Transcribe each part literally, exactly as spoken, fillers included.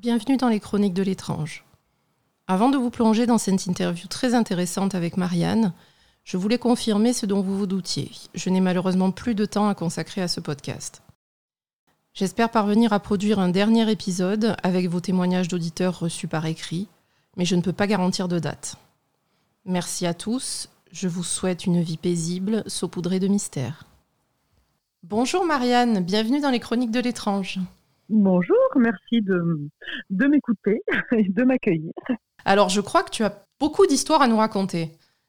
Bienvenue dans les Chroniques de l'étrange. Avant de vous plonger dans cette interview très intéressante avec Marianne, je voulais confirmer ce dont vous vous doutiez. Je n'ai malheureusement plus de temps à consacrer à ce podcast. J'espère parvenir à produire un dernier épisode avec vos témoignages d'auditeurs reçus par écrit, mais je ne peux pas garantir de date. Merci à tous, je vous souhaite une vie paisible, saupoudrée de mystères. Bonjour Marianne, bienvenue dans les Chroniques de l'étrange. Bonjour, merci de, de m'écouter et de m'accueillir. Alors, je crois que tu as beaucoup d'histoires à nous raconter,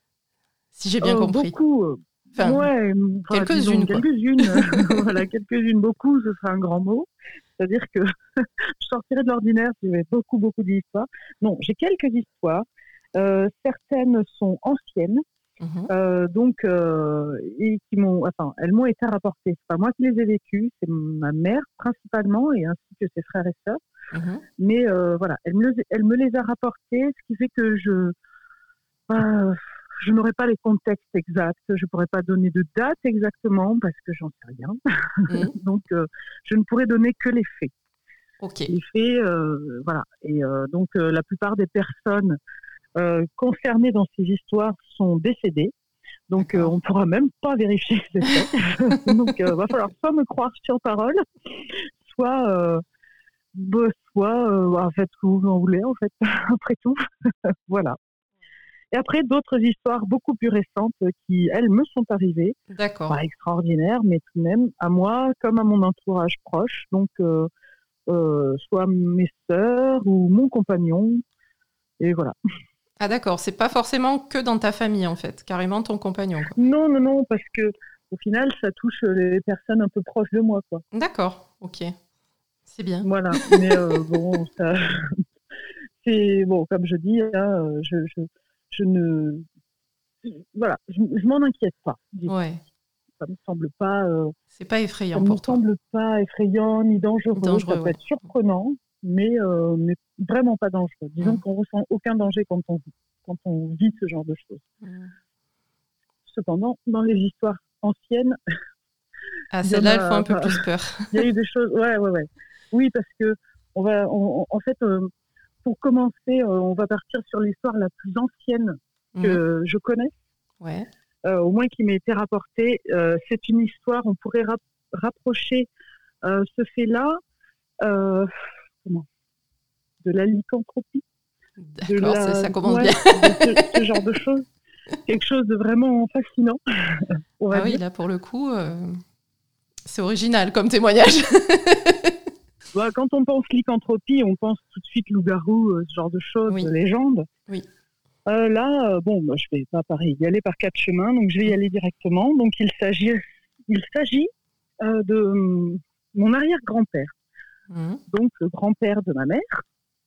si j'ai bien euh, compris. Beaucoup, euh, enfin, ouais, enfin, quelques-unes. Disons, quelques-unes, voilà, quelques-unes, beaucoup, ce sera un grand mot. C'est-à-dire que je sortirais de l'ordinaire si j'avais beaucoup, beaucoup d'histoires. Non, j'ai quelques histoires. Euh, certaines sont anciennes. Mmh. Euh, donc, euh, et qui m'ont, enfin, elles m'ont été rapportées. C'est pas moi qui les ai vécues, c'est ma mère principalement et ainsi que ses frères et sœurs. Mmh. Mais euh, voilà, elle me, elle me les a rapportées, ce qui fait que je, euh, je n'aurais pas les contextes exacts, je pourrais pas donner de date exactement parce que j'en sais rien. Mmh. Donc, euh, je ne pourrais donner que les faits. Okay. Les faits, euh, voilà. Et euh, donc, euh, la plupart des personnes Euh, concernés dans ces histoires sont décédés. Donc, euh, on ne pourra même pas vérifier ces faits. Donc, il euh, va falloir soit me croire sur parole, soit, euh, bah, soit euh, bah, faites ce que vous en voulez, en fait, après tout. Voilà. Et après, d'autres histoires beaucoup plus récentes qui, elles, me sont arrivées. D'accord. Pas extraordinaires, mais tout de même, à moi comme à mon entourage proche. Donc, euh, euh, soit mes sœurs ou mon compagnon. Et voilà. Ah d'accord, c'est pas forcément que dans ta famille en fait, carrément ton compagnon. Quoi. Non, non, non, parce que au final, ça touche les personnes un peu proches de moi, quoi. D'accord, ok, c'est bien. Voilà, mais euh, bon, ça, c'est bon, comme je dis, hein, je, je, je ne, voilà, je, je m'en inquiète pas. Ouais. Ça me semble pas. Euh, c'est pas effrayant ça pour me toi. semble pas effrayant ni dangereux. dangereux ça peut ouais. être surprenant, mais euh, mais vraiment pas dangereux. Disons mmh. qu'on ressent aucun danger quand on quand on vit ce genre de choses. Mmh. Cependant, dans les histoires anciennes, ah celles-là, elles font un peu plus peur. Il y a eu des choses, ouais, ouais, ouais. Oui, parce que on va, on, en fait, euh, pour commencer, euh, on va partir sur l'histoire la plus ancienne que mmh. je connais. Ouais. Euh, au moins qui m'ait été rapportée. Euh, c'est une histoire, on pourrait rap- rapprocher euh, ce fait-là, euh, comment, de la lycanthropie. D'accord, la, ça, ça commence ouais, bien. de ce, ce genre de choses. Quelque chose de vraiment fascinant. On va ah oui, dire. là pour le coup, euh, c'est original comme témoignage. Bah, quand on pense lycanthropie, on pense tout de suite loup-garou, euh, ce genre de choses, oui. de légendes. Oui. Euh, là, euh, bon, bah, je vais pas pareil y aller par quatre chemins, donc je vais y aller directement. Donc il s'agit, il s'agit euh, de euh, mon arrière-grand-père, mmh. donc le grand-père de ma mère.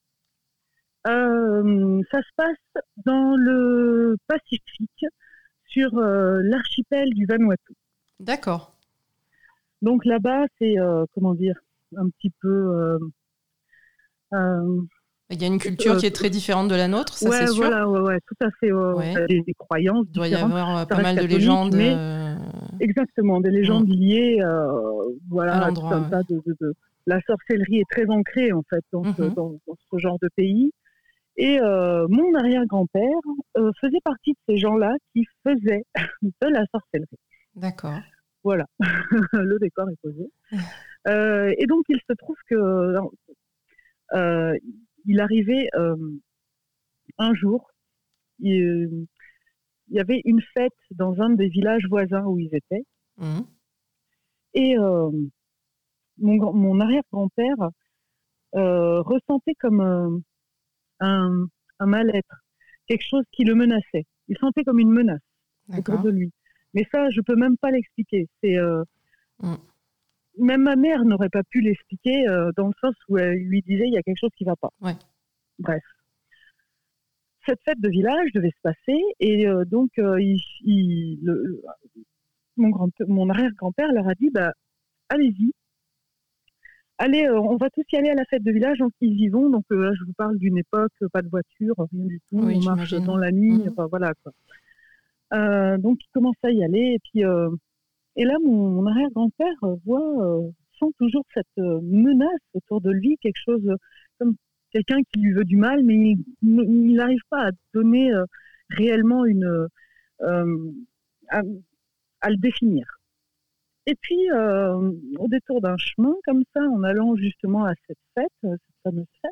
Euh, ça se passe dans le Pacifique, sur euh, l'archipel du Vanuatu. D'accord. Donc là-bas, c'est euh, comment dire, un petit peu. Euh, euh, Il y a une culture euh, qui est très différente de la nôtre, ça ouais, c'est sûr. Voilà, ouais, ouais, tout à fait. Euh, ouais. Des, des croyances Il doit différentes. y avoir ça pas mal de légendes. Mais euh... Exactement, des légendes mmh. liées euh, voilà, à l'endroit. Tout un ouais. tas de, de, de... La sorcellerie est très ancrée en fait dans, mmh. ce, dans, dans ce genre de pays. Et euh, mon arrière-grand-père euh, faisait partie de ces gens-là qui faisaient de la sorcellerie. D'accord. Voilà, le décor est posé. euh, et donc il se trouve que euh, il arrivait euh, un jour, il, il y avait une fête dans un des villages voisins où ils étaient. Mmh. Et euh, mon, mon arrière-grand-père euh, ressentait comme euh, un, un mal-être, quelque chose qui le menaçait. Il sentait comme une menace D'accord. autour de lui. Mais ça, je peux même pas l'expliquer. C'est euh, mmh. Même ma mère n'aurait pas pu l'expliquer euh, dans le sens où elle lui disait il y a quelque chose qui va pas. Ouais. Bref. Cette fête de village devait se passer et euh, donc euh, il, il, le, mon, grand, mon arrière-grand-père leur a dit bah, allez-y, allez, euh, on va tous y aller à la fête de village, donc ils y vont. Donc euh, là, je vous parle d'une époque, pas de voiture, rien du tout, oui, on marche dans la nuit, mmh. enfin voilà quoi. Euh, donc ils commencent à y aller et puis euh, et là mon, mon arrière-grand-père voit, euh, sent toujours cette euh, menace autour de lui, quelque chose comme quelqu'un qui lui veut du mal, mais il n'arrive pas à donner euh, réellement une, euh, à, à le définir. Et puis, euh, au détour d'un chemin, comme ça, en allant justement à cette fête, cette fameuse fête,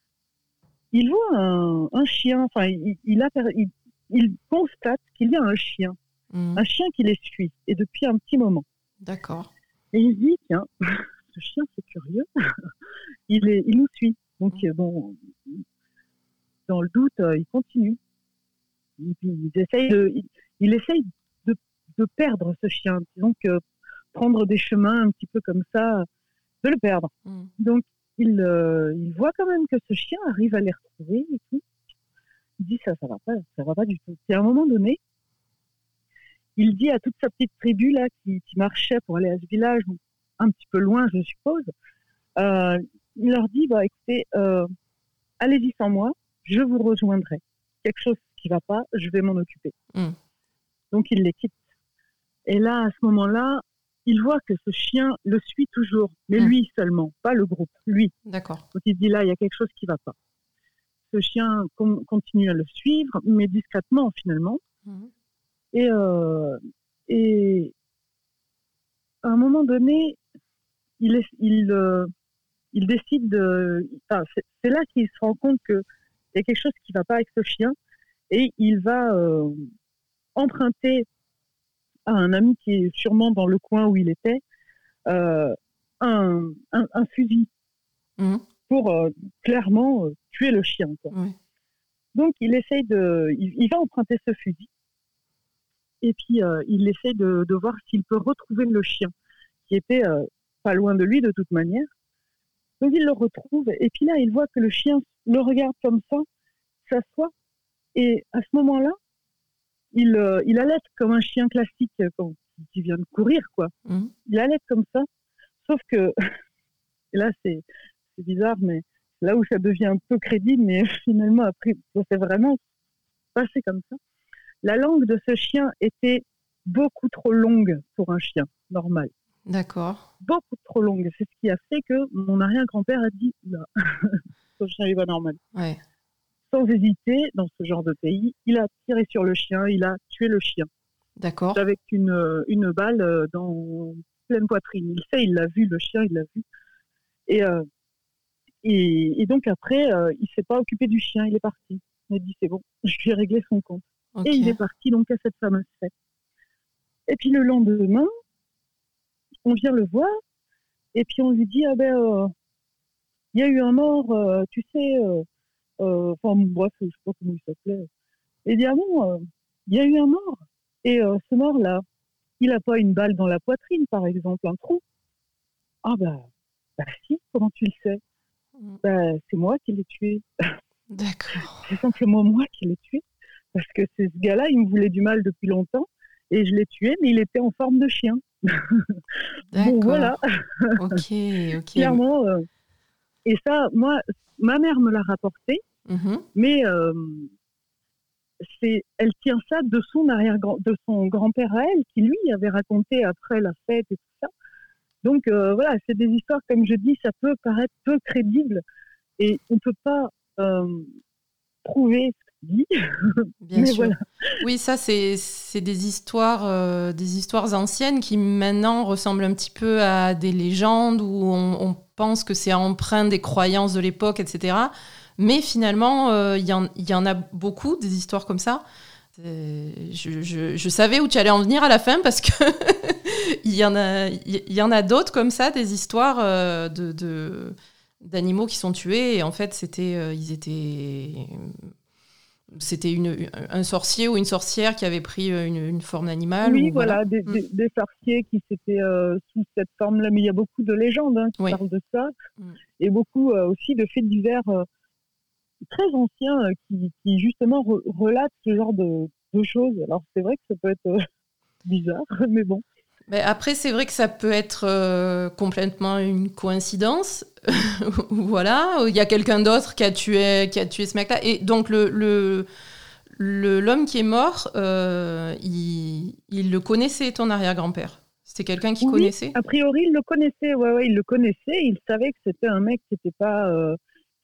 il voit un, un chien, enfin, il, il, a, il, il constate qu'il y a un chien, mmh. un chien qui les suit, et depuis un petit moment. D'accord. Et il se dit, tiens, ce chien, c'est curieux, il, est, il nous suit. Donc, mmh. bon, dans le doute, euh, il continue. Il, il, essaye de, il, il essaye de, de perdre ce chien, donc euh, prendre des chemins un petit peu comme ça, de le perdre. Mmh. Donc, il, euh, il voit quand même que ce chien arrive à les retrouver et tout. Il dit, ça, ça va pas, ça va pas du tout. Et à un moment donné, il dit à toute sa petite tribu là qui, qui marchait pour aller à ce village, un petit peu loin, je suppose, euh, il leur dit, bah écoutez, euh, allez-y sans moi, je vous rejoindrai. Quelque chose qui va pas, je vais m'en occuper. Mmh. Donc, il les quitte. Et là, à ce moment-là, il voit que ce chien le suit toujours, mais mmh. lui seulement, pas le groupe, lui. D'accord. Donc il se dit là, il y a quelque chose qui ne va pas. Ce chien com- continue à le suivre, mais discrètement finalement. Mmh. Et, euh, et à un moment donné, il, est, il, euh, il décide de... Enfin, c'est, c'est là qu'il se rend compte qu'il y a quelque chose qui ne va pas avec ce chien, et il va euh, emprunter à un ami qui est sûrement dans le coin où il était, euh, un, un, un fusil mmh. pour euh, clairement euh, tuer le chien. Quoi. Oui. Donc il essaye de, il, il va emprunter ce fusil et puis euh, il essaie de, de voir s'il peut retrouver le chien qui était euh, pas loin de lui de toute manière. Donc il le retrouve et puis là il voit que le chien le regarde comme ça, s'assoit et à ce moment-là il, euh, il allaite comme un chien classique quand, qui vient de courir quoi. Mmh. Il allaite comme ça, sauf que et là c'est, c'est bizarre mais là où ça devient un peu crédible mais finalement après c'est vraiment passé comme ça. La langue de ce chien était beaucoup trop longue pour un chien normal. D'accord. Beaucoup trop longue. C'est ce qui a fait que mon arrière-grand-père a dit là, ce chien il va normal. Ouais. Sans hésiter, dans ce genre de pays, il a tiré sur le chien, il a tué le chien. D'accord. Avec une, une balle dans pleine poitrine. Il sait, il l'a vu, le chien, il l'a vu. Et, euh, et, et donc après, euh, il ne s'est pas occupé du chien, il est parti. Il a dit c'est bon, je vais régler son compte. Okay. Et il est parti donc à cette fameuse fête. Et puis le lendemain, on vient le voir, et puis on lui dit ah ben euh, il y a eu un mort, euh, tu sais, euh, euh, enfin bref, je sais pas comment il s'appelait. Et il dit ah bon, il euh, y a eu un mort. Et euh, ce mort-là, il n'a pas une balle dans la poitrine, par exemple, un trou. Ah ben, bah, bah si, comment tu le sais? Mm. Bah, c'est moi qui l'ai tué. D'accord. C'est simplement moi qui l'ai tué. Parce que c'est ce gars-là, il me voulait du mal depuis longtemps. Et je l'ai tué, mais il était en forme de chien. D'accord. Bon, voilà. Ok, ok. Clairement. Euh, et ça, moi, ma mère me l'a rapporté. Mm-hmm. Mais euh, c'est, elle tient ça de son arrière-grand, de son grand-père à elle, qui lui avait raconté après la fête et tout ça. Donc euh, voilà, c'est des histoires, comme je dis, ça peut paraître peu crédible. Et on ne peut pas euh, prouver ce qu'il dit. Bien mais sûr. Voilà. Oui, ça, c'est, c'est des histoires, euh, des histoires anciennes qui maintenant ressemblent un petit peu à des légendes où on, on pense que c'est empreint des croyances de l'époque, et cetera. Mais finalement, il euh, y, y en a beaucoup, des histoires comme ça. Je, je, je savais où tu allais en venir à la fin parce que il y en a, il y en a d'autres comme ça, des histoires euh, de, de, d'animaux qui sont tués et en fait, c'était, euh, ils étaient... C'était une, un sorcier ou une sorcière qui avait pris une, une forme d'animal. Oui, ou, voilà, voilà. Des, des, des sorciers qui s'étaient euh, sous cette forme-là. Mais il y a beaucoup de légendes hein, qui oui. parlent de ça. Mm. Et beaucoup euh, aussi de faits divers euh, très anciens euh, qui, qui, justement, re- relatent ce genre de, de choses. Alors, c'est vrai que ça peut être euh, bizarre, mais bon. Mais après, c'est vrai que ça peut être euh, complètement une coïncidence. Voilà, il y a quelqu'un d'autre qui a tué, qui a tué ce mec-là. Et donc, le, le, le, l'homme qui est mort, euh, il, il le connaissait, ton arrière-grand-père. C'était quelqu'un qu'il oui, connaissait? A priori, il le connaissait. Ouais, ouais, il le connaissait. Il savait que c'était un mec qui n'était pas, euh,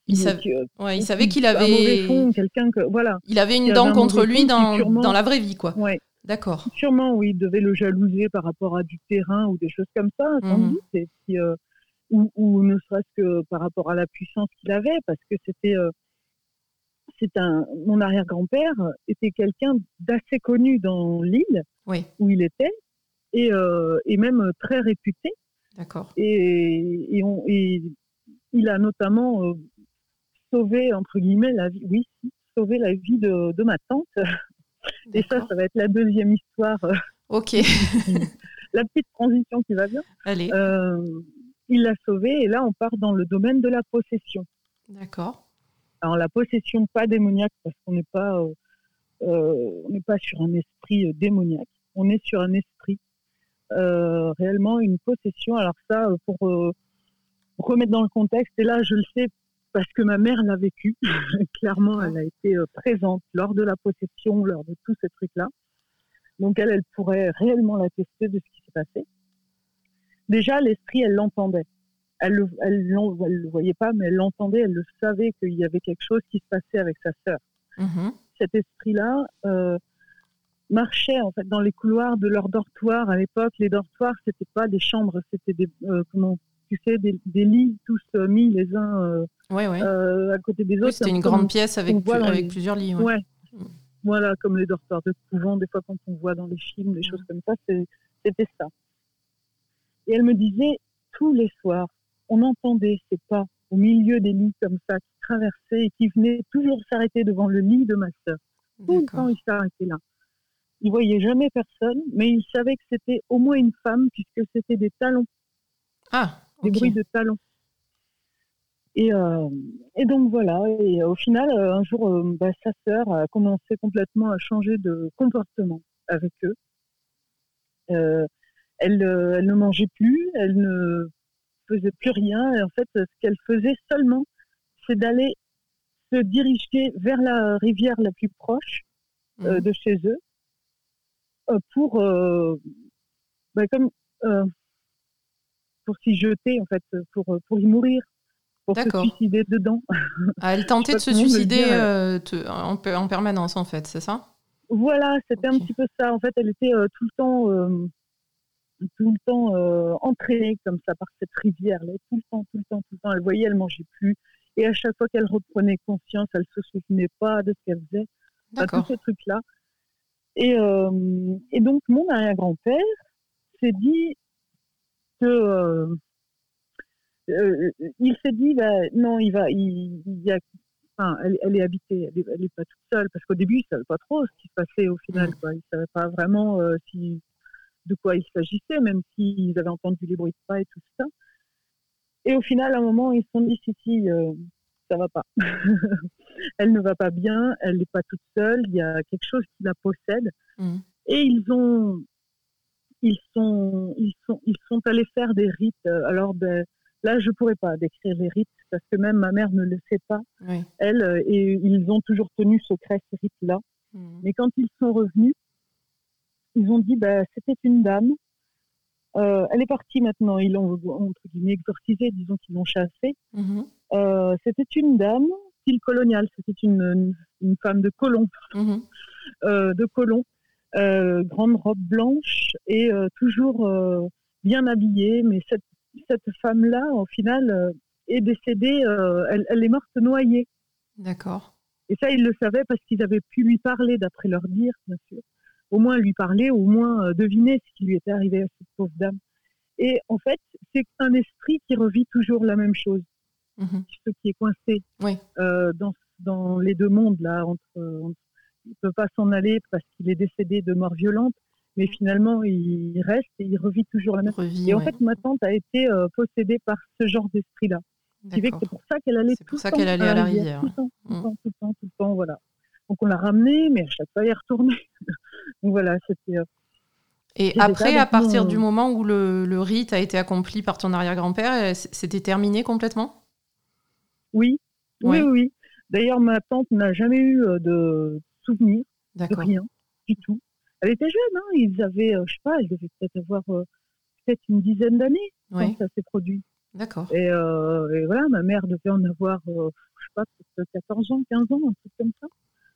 Il, qui, sav... qui, euh, ouais, il qui, savait qu'il un mauvais avait... fond, quelqu'un que... Voilà. Il avait une Il dent avait un contre lui fond, dans, sûrement, dans la vraie vie, quoi. Ouais. D'accord. Sûrement, oui, il devait le jalouser par rapport à du terrain ou des choses comme ça, sans Mmh. doute. Et puis, euh, ou, ou ne serait-ce que par rapport à la puissance qu'il avait, parce que c'était... Euh, c'est un, mon arrière-grand-père était quelqu'un d'assez connu dans l'île oui. où il était, et, euh, et même très réputé. D'accord. Et, et, on, et il a notamment euh, sauvé, entre guillemets, la vie, oui, sauvé la vie de, de ma tante. Et ça, ça va être la deuxième histoire. Ok. La petite transition qui va bien. Allez. Euh, il l'a sauvée, et là, on part dans le domaine de la possession. D'accord. Alors, la possession, pas démoniaque, parce qu'on n'est pas, euh, euh, on n'est pas sur un esprit euh, démoniaque. On est sur un esprit, euh, réellement une possession. Alors ça, pour, euh, pour remettre dans le contexte, et là, je le sais parce que ma mère l'a vécu. Clairement, elle a été euh, présente lors de la possession, lors de tous ces trucs-là. Donc, elle, elle pourrait réellement l'attester de ce qui s'est passé. Déjà, l'esprit, elle l'entendait. Elle ne elle, elle le voyait pas, mais elle l'entendait, elle le savait qu'il y avait quelque chose qui se passait avec sa sœur. Mmh. Cet esprit-là euh, marchait en fait dans les couloirs de leur dortoir. À l'époque, les dortoirs, c'était pas des chambres, c'était des, euh, comment, tu sais, des, des lits tous euh, mis les uns euh, ouais, ouais. Euh, à côté des autres. Oui, c'était une grande pièce avec, plus, avec les... plusieurs lits. Ouais. ouais. Mmh. Voilà, comme les dortoirs de couvent, des fois quand on voit dans les films, des mmh. choses comme ça, c'est, c'était ça. Et elle me disait, tous les soirs, on entendait ces pas au milieu des lits comme ça, qui traversaient et qui venaient toujours s'arrêter devant le lit de ma sœur. Tout le temps, ils s'arrêtaient là. Ils ne voyaient jamais personne, mais ils savaient que c'était au moins une femme, puisque c'était des talons. Ah, okay. Des bruits de talons. Et, euh, et donc voilà, et au final, un jour, euh, bah, sa sœur a commencé complètement à changer de comportement avec eux. Euh, elle, euh, elle ne mangeait plus, elle ne faisait plus rien. Et en fait, ce qu'elle faisait seulement, c'est d'aller se diriger vers la rivière la plus proche euh, mmh. de chez eux euh, pour, euh, bah, comme, euh, pour s'y jeter, en fait, pour, pour y mourir. Pour D'accord. se suicider dedans. Ah, elle tentait de se suicider euh, te, en, en permanence, en fait, c'est ça ? Voilà, c'était okay. un petit peu ça. En fait, elle était euh, tout le temps, euh, tout le temps euh, entraînée comme ça par cette rivière. Là, tout le temps, tout le temps, tout le temps. Elle voyait, elle mangeait plus. Et à chaque fois qu'elle reprenait conscience, elle se souvenait pas de ce qu'elle faisait. Enfin, tous ces trucs-là. Et, euh, et donc, mon arrière-grand-père s'est dit que... Euh, Euh, il s'est dit, bah, non, il va, il, il y a, enfin, elle, elle est habitée, elle est, elle est pas toute seule, parce qu'au début, il savait pas trop ce qui se passait au final, quoi. Il savait pas vraiment euh, si, de quoi il s'agissait, même s'ils avaient entendu les bruits de pas et tout ça. Et au final, à un moment, ils se sont dit, si, si, euh, ça va pas. Elle ne va pas bien, elle n'est pas toute seule, il y a quelque chose qui la possède. Mmh. Et ils ont, ils sont, ils sont, ils sont allés faire des rites. Alors, ben, là, je ne pourrais pas décrire les rites parce que même ma mère ne le sait pas. Oui. Elle, euh, et ils ont toujours tenu secret ces rites-là. Mmh. Mais quand ils sont revenus, ils ont dit bah, c'était une dame. Euh, elle est partie maintenant. Ils l'ont, entre guillemets, exorcisée, disons qu'ils l'ont chassée. Mmh. Euh, c'était une dame, style colonial. C'était une, une, une femme de colon. Mmh. Euh, de colon. Euh, grande robe blanche et euh, toujours euh, bien habillée. Mais cette Cette femme-là, au final, euh, est décédée, euh, elle, elle est morte noyée. D'accord. Et ça, ils le savaient parce qu'ils avaient pu lui parler, d'après leur dire, bien sûr. Au moins lui parler, au moins euh, deviner ce qui lui était arrivé à cette pauvre dame. Et en fait, c'est un esprit qui revit toujours la même chose. Mmh. Ce qui est coincé oui. euh, dans, dans les deux mondes, là, entre, entre, il ne peut pas s'en aller parce qu'il est décédé de mort violente. Mais finalement, il reste et il revit toujours la même chose. Et en ouais. fait, ma tante a été euh, possédée par ce genre d'esprit-là. C'est pour ça qu'elle allait c'est tout pour ça le temps qu'elle allait à la rivière. Tout le temps, tout le temps, tout le temps, tout le temps, voilà. Donc on l'a ramenée, mais à chaque fois, elle est retournée. Donc voilà, c'était... Euh, et c'était après, ça, à partir euh... du moment où le, le rite a été accompli par ton arrière-grand-père, c'était terminé complètement ? Oui, ouais. oui, oui, oui. D'ailleurs, ma tante n'a jamais eu de souvenir D'accord. de rien, du tout. Elle était jeune, hein. Ils avaient, euh, je sais pas, ils devaient peut-être avoir euh, peut-être une dizaine d'années oui. quand ça s'est produit. D'accord. Et, euh, et voilà, ma mère devait en avoir, euh, je pas, peut-être quatorze ans, quinze ans, un truc comme ça.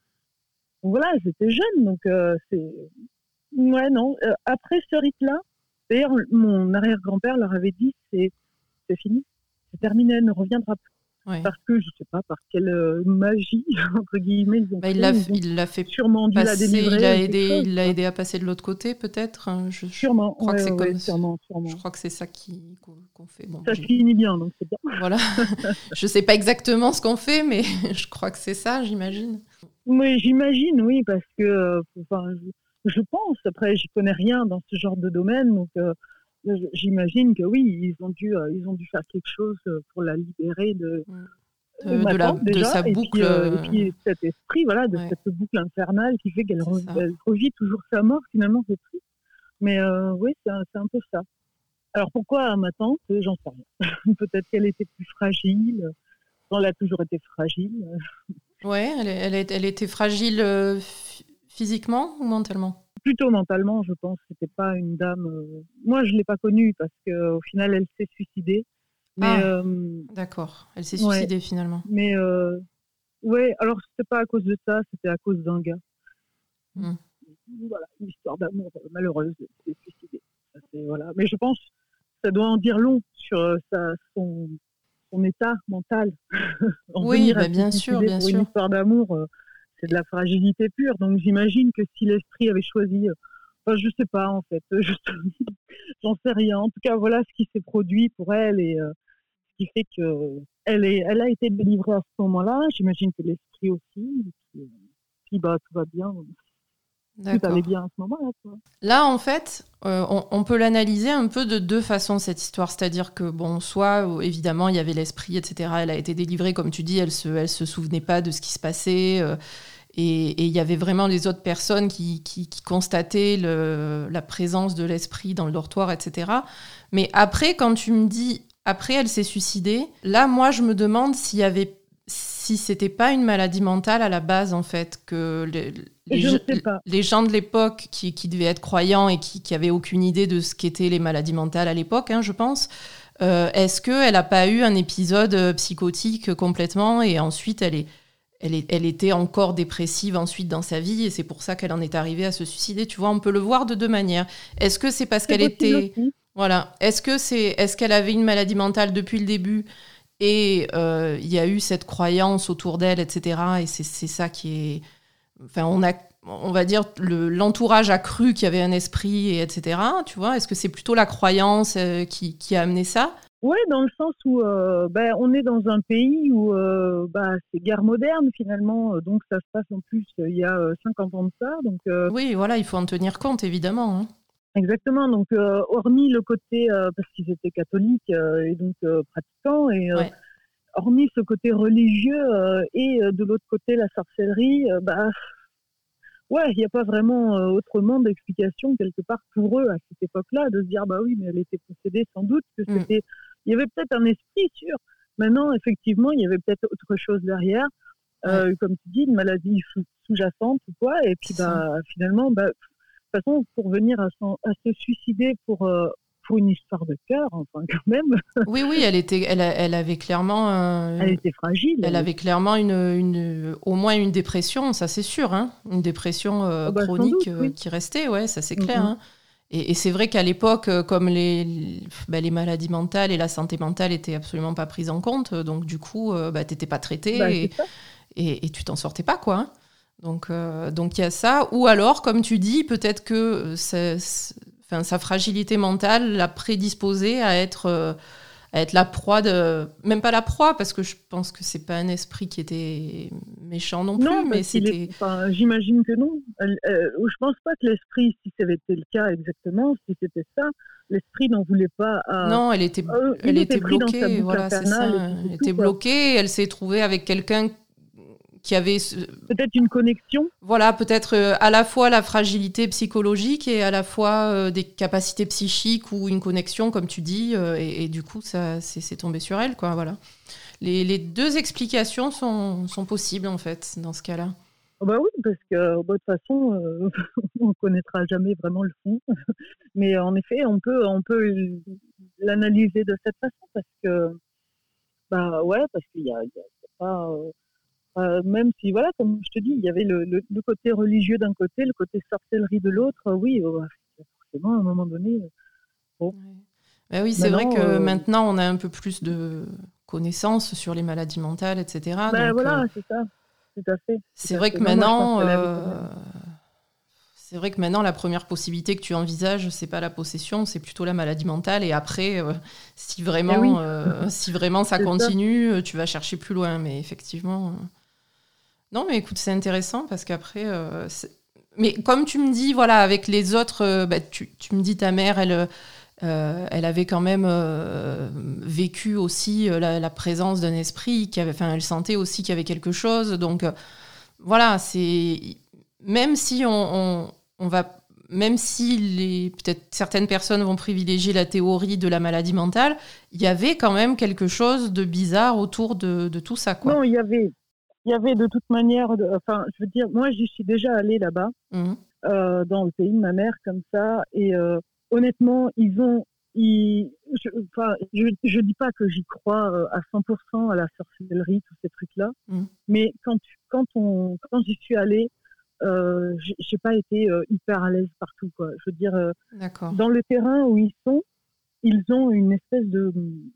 Donc voilà, j'étais jeune, donc euh, c'est... Ouais, non. Euh, après ce rite-là, d'ailleurs, mon arrière-grand-père leur avait dit, c'est, c'est fini, c'est terminé, elle ne reviendra plus. Ouais. Parce que, je ne sais pas, par quelle euh, magie, entre guillemets, ils ont Bah, fait, il l'a, ils ont il l'a fait sûrement dû la passer, délivrer. il a ou quelque aidé, chose, il l'a quoi. aidé à passer de l'autre côté, peut-être. hein, Je, je Sûrement, crois ouais, que c'est ouais, comme, sûrement, sûrement. je crois que c'est ça qui, qu'on, qu'on fait. Bon, Ça j'ai- finit bien, donc c'est bien. voilà. Je sais pas exactement ce qu'on fait, mais je crois que c'est ça, j'imagine. Oui, j'imagine, oui, parce que, euh, enfin, je, je pense, après, j'y connais rien dans ce genre de domaine, donc euh, j'imagine que oui, ils ont dû, euh, ils ont dû faire quelque chose pour la libérer de, De, ma de, la, tante de déjà, sa et boucle. puis, euh, et euh, puis cet esprit, voilà, de ouais. cette boucle infernale qui fait qu'elle C'est re- ça. elle revit toujours sa mort, finalement, c'est triste. Mais euh, oui, c'est un, c'est un peu ça. Alors pourquoi ma tante? J'en sais rien. Peut-être qu'elle était plus fragile. Elle a toujours été fragile. Ouais, elle, est- elle, est- elle était fragile euh, phy- physiquement ou mentalement? Plutôt mentalement, je pense. C'était pas une dame. euh, Moi, je l'ai pas connue parce qu'au final, elle s'est suicidée. Mais Ah, euh, d'accord. Elle s'est ouais, suicidée finalement. mais euh, ouais. Alors c'était pas à cause de ça, c'était à cause d'un gars. Hmm. Voilà, une histoire d'amour euh, malheureuse. Elle s'est suicidée. Ça, c'est- voilà. Mais je pense que ça doit en dire long sur euh, sa, son, son état mental. En Oui, venir à bah, se bien sûr, suicider bien pour une sûr. histoire d'amour, euh, c'est de la fragilité pure. Donc j'imagine que si l'esprit avait choisi, euh, enfin, je sais pas en fait, je, j'en sais rien. En tout cas, voilà ce qui s'est produit pour elle et euh, ce qui fait que elle est, elle a été délivrée à ce moment-là. J'imagine que l'esprit aussi. Et puis, euh, puis, bah tout va bien, tout allait D'accord. bien à ce moment-là. Quoi. Là, en fait, euh, on, on peut l'analyser un peu de deux façons, cette histoire. C'est-à-dire que, bon, soit, euh, évidemment, il y avait l'esprit, et cetera. Elle a été délivrée, comme tu dis, elle se, elle se souvenait pas de ce qui se passait. euh, et, et il y avait vraiment les autres personnes qui, qui, qui constataient le, la présence de l'esprit dans le dortoir, et cetera. Mais après, quand tu me dis, après, elle s'est suicidée, là, moi, je me demande s'il y avait, si c'était pas une maladie mentale à la base, en fait, que les, les, Je ne ge- sais pas. les gens de l'époque qui, qui devaient être croyants et qui, qui avaient aucune idée de ce qu'étaient les maladies mentales à l'époque, hein, je pense, euh, est-ce qu'elle n'a pas eu un épisode euh, psychotique complètement et ensuite elle est elle, est, elle était encore dépressive ensuite dans sa vie et c'est pour ça qu'elle en est arrivée à se suicider. Tu vois, on peut le voir de deux manières. Est-ce que c'est parce C'est qu'elle possible était... aussi. Voilà. Est-ce que c'est, est-ce qu'elle avait une maladie mentale depuis le début et euh, il y a eu cette croyance autour d'elle, et cetera. Et c'est, c'est ça qui est... Enfin, on a, on va dire, le, l'entourage a cru qu'il y avait un esprit, et etc. Tu vois, est-ce que c'est plutôt la croyance euh, qui, qui a amené ça? Oui, dans le sens où euh, ben, on est dans un pays où euh, bah, c'est guerre moderne finalement, euh, donc ça se passe en plus euh, il y a euh, cinquante ans de ça. Donc, euh, Oui, voilà, il faut en tenir compte, évidemment. hein. exactement, donc euh, hormis le côté, euh, parce qu'ils étaient catholiques euh, et donc euh, pratiquants, et euh, Ouais. hormis ce côté religieux euh, et euh, de l'autre côté la sorcellerie, euh, bah, ouais, il n'y a pas vraiment euh, autrement d'explication quelque part pour eux à cette époque-là, de se dire bah oui, mais elle était possédée sans doute, que Mm. c'était, il y avait peut-être un esprit sûr. Maintenant, effectivement, il y avait peut-être autre chose derrière, euh, Ouais. comme tu dis, une maladie sous- sous-jacente ou quoi. Et puis C'est ça. bah finalement, bah, de toute façon, pour venir à, s'en- à se suicider pour euh, pour une histoire de cœur, enfin quand même, Oui, oui, elle était, elle, a- elle avait clairement, un- elle était fragile. elle Elle avait était... clairement une, une, au moins une dépression, ça c'est sûr, hein, une dépression euh, Oh, bah, sans chronique doute, euh, oui. qui restait, ouais, ça c'est Mm, clair. mm. hein. Et, et c'est vrai qu'à l'époque, euh, comme les, les, bah, les maladies mentales et la santé mentale étaient absolument pas prises en compte, euh, donc du coup, euh, bah, t'étais pas Bah traité et, c'est ça. et, et tu t'en sortais pas, quoi. hein. Donc, euh, donc il y a ça. Ou alors, comme tu dis, peut-être que euh, c'est- c'est- enfin, sa fragilité mentale l'a prédisposée à être, euh, à être la proie de... Même pas la proie, parce que je pense que c'est pas un esprit qui était méchant non plus, Non, mais parce qu'il est. c'était... Enfin, j'imagine que non. Elle- euh, je pense pas que l'esprit, si ça avait été le cas exactement, si c'était ça, l'esprit n'en voulait pas à. Non, elle était, Euh, elle il était était pris dans sa bloquée, boucle voilà, c'est infernale et ça. puis Elle c'est tout était quoi. bloquée, elle s'est trouvée avec quelqu'un qui avait... ce- Peut-être une connexion. Voilà, peut-être euh, à la fois la fragilité psychologique et à la fois euh, des capacités psychiques ou une connexion, comme tu dis, euh, et, et du coup, ça, c'est, c'est tombé sur elle, quoi, voilà. Les, les deux explications sont, sont possibles, en fait, dans ce cas-là. Oh bah oui, parce que bah, de toute façon, euh, on connaîtra jamais vraiment le fond. Mais en effet, on peut, on peut l'analyser de cette façon parce que, bah ouais, parce qu'il y a, il y a pas, euh, euh, même si, voilà, comme je te dis, il y avait le, le, le côté religieux d'un côté, le côté sorcellerie de l'autre. Euh, oui, euh, forcément, à un moment donné. Euh, bon. Ouais. Ben oui, c'est Maintenant, vrai que euh, maintenant, on a un peu plus de connaissances sur les maladies mentales, et cetera. ben Donc, voilà, euh, c'est ça. Tout à fait. c'est Tout à vrai fait. que Non, moi, je pense maintenant, qu'à la vie, quand euh, même. c'est vrai que maintenant, la première possibilité que tu envisages, c'est pas la possession, c'est plutôt la maladie mentale. Et après, euh, si Eh vraiment, oui, euh, si vraiment ça c'est ça. continue, tu vas chercher plus loin. Mais effectivement, euh, non, mais écoute, c'est intéressant parce qu'après, euh, c'est- mais comme tu me dis, voilà, avec les autres, euh, bah, tu, tu me dis ta mère, elle, euh, elle avait quand même euh, vécu aussi euh, la, la présence d'un esprit, qui avait, enfin, elle sentait aussi qu'il y avait quelque chose. Donc euh, voilà, c'est même si on, on, on va, même si les peut-être certaines personnes vont privilégier la théorie de la maladie mentale, il y avait quand même quelque chose de bizarre autour de, de tout ça, quoi. Non, il y avait, il y avait de toute manière, de- enfin, je veux dire, moi, j'y suis déjà allée là-bas, Mhm. euh, dans le pays de ma mère, comme ça, et euh, honnêtement, ils ont, ils, je, enfin, je, je dis pas que j'y crois euh, à cent pour cent à la sorcellerie, tous ces trucs-là, Mhm. mais quand, quand on, quand j'y suis allée, euh, j'ai j'ai pas été euh, hyper à l'aise partout, quoi. Je veux dire, euh, D'accord, dans le terrain où ils sont, ils ont une espèce de,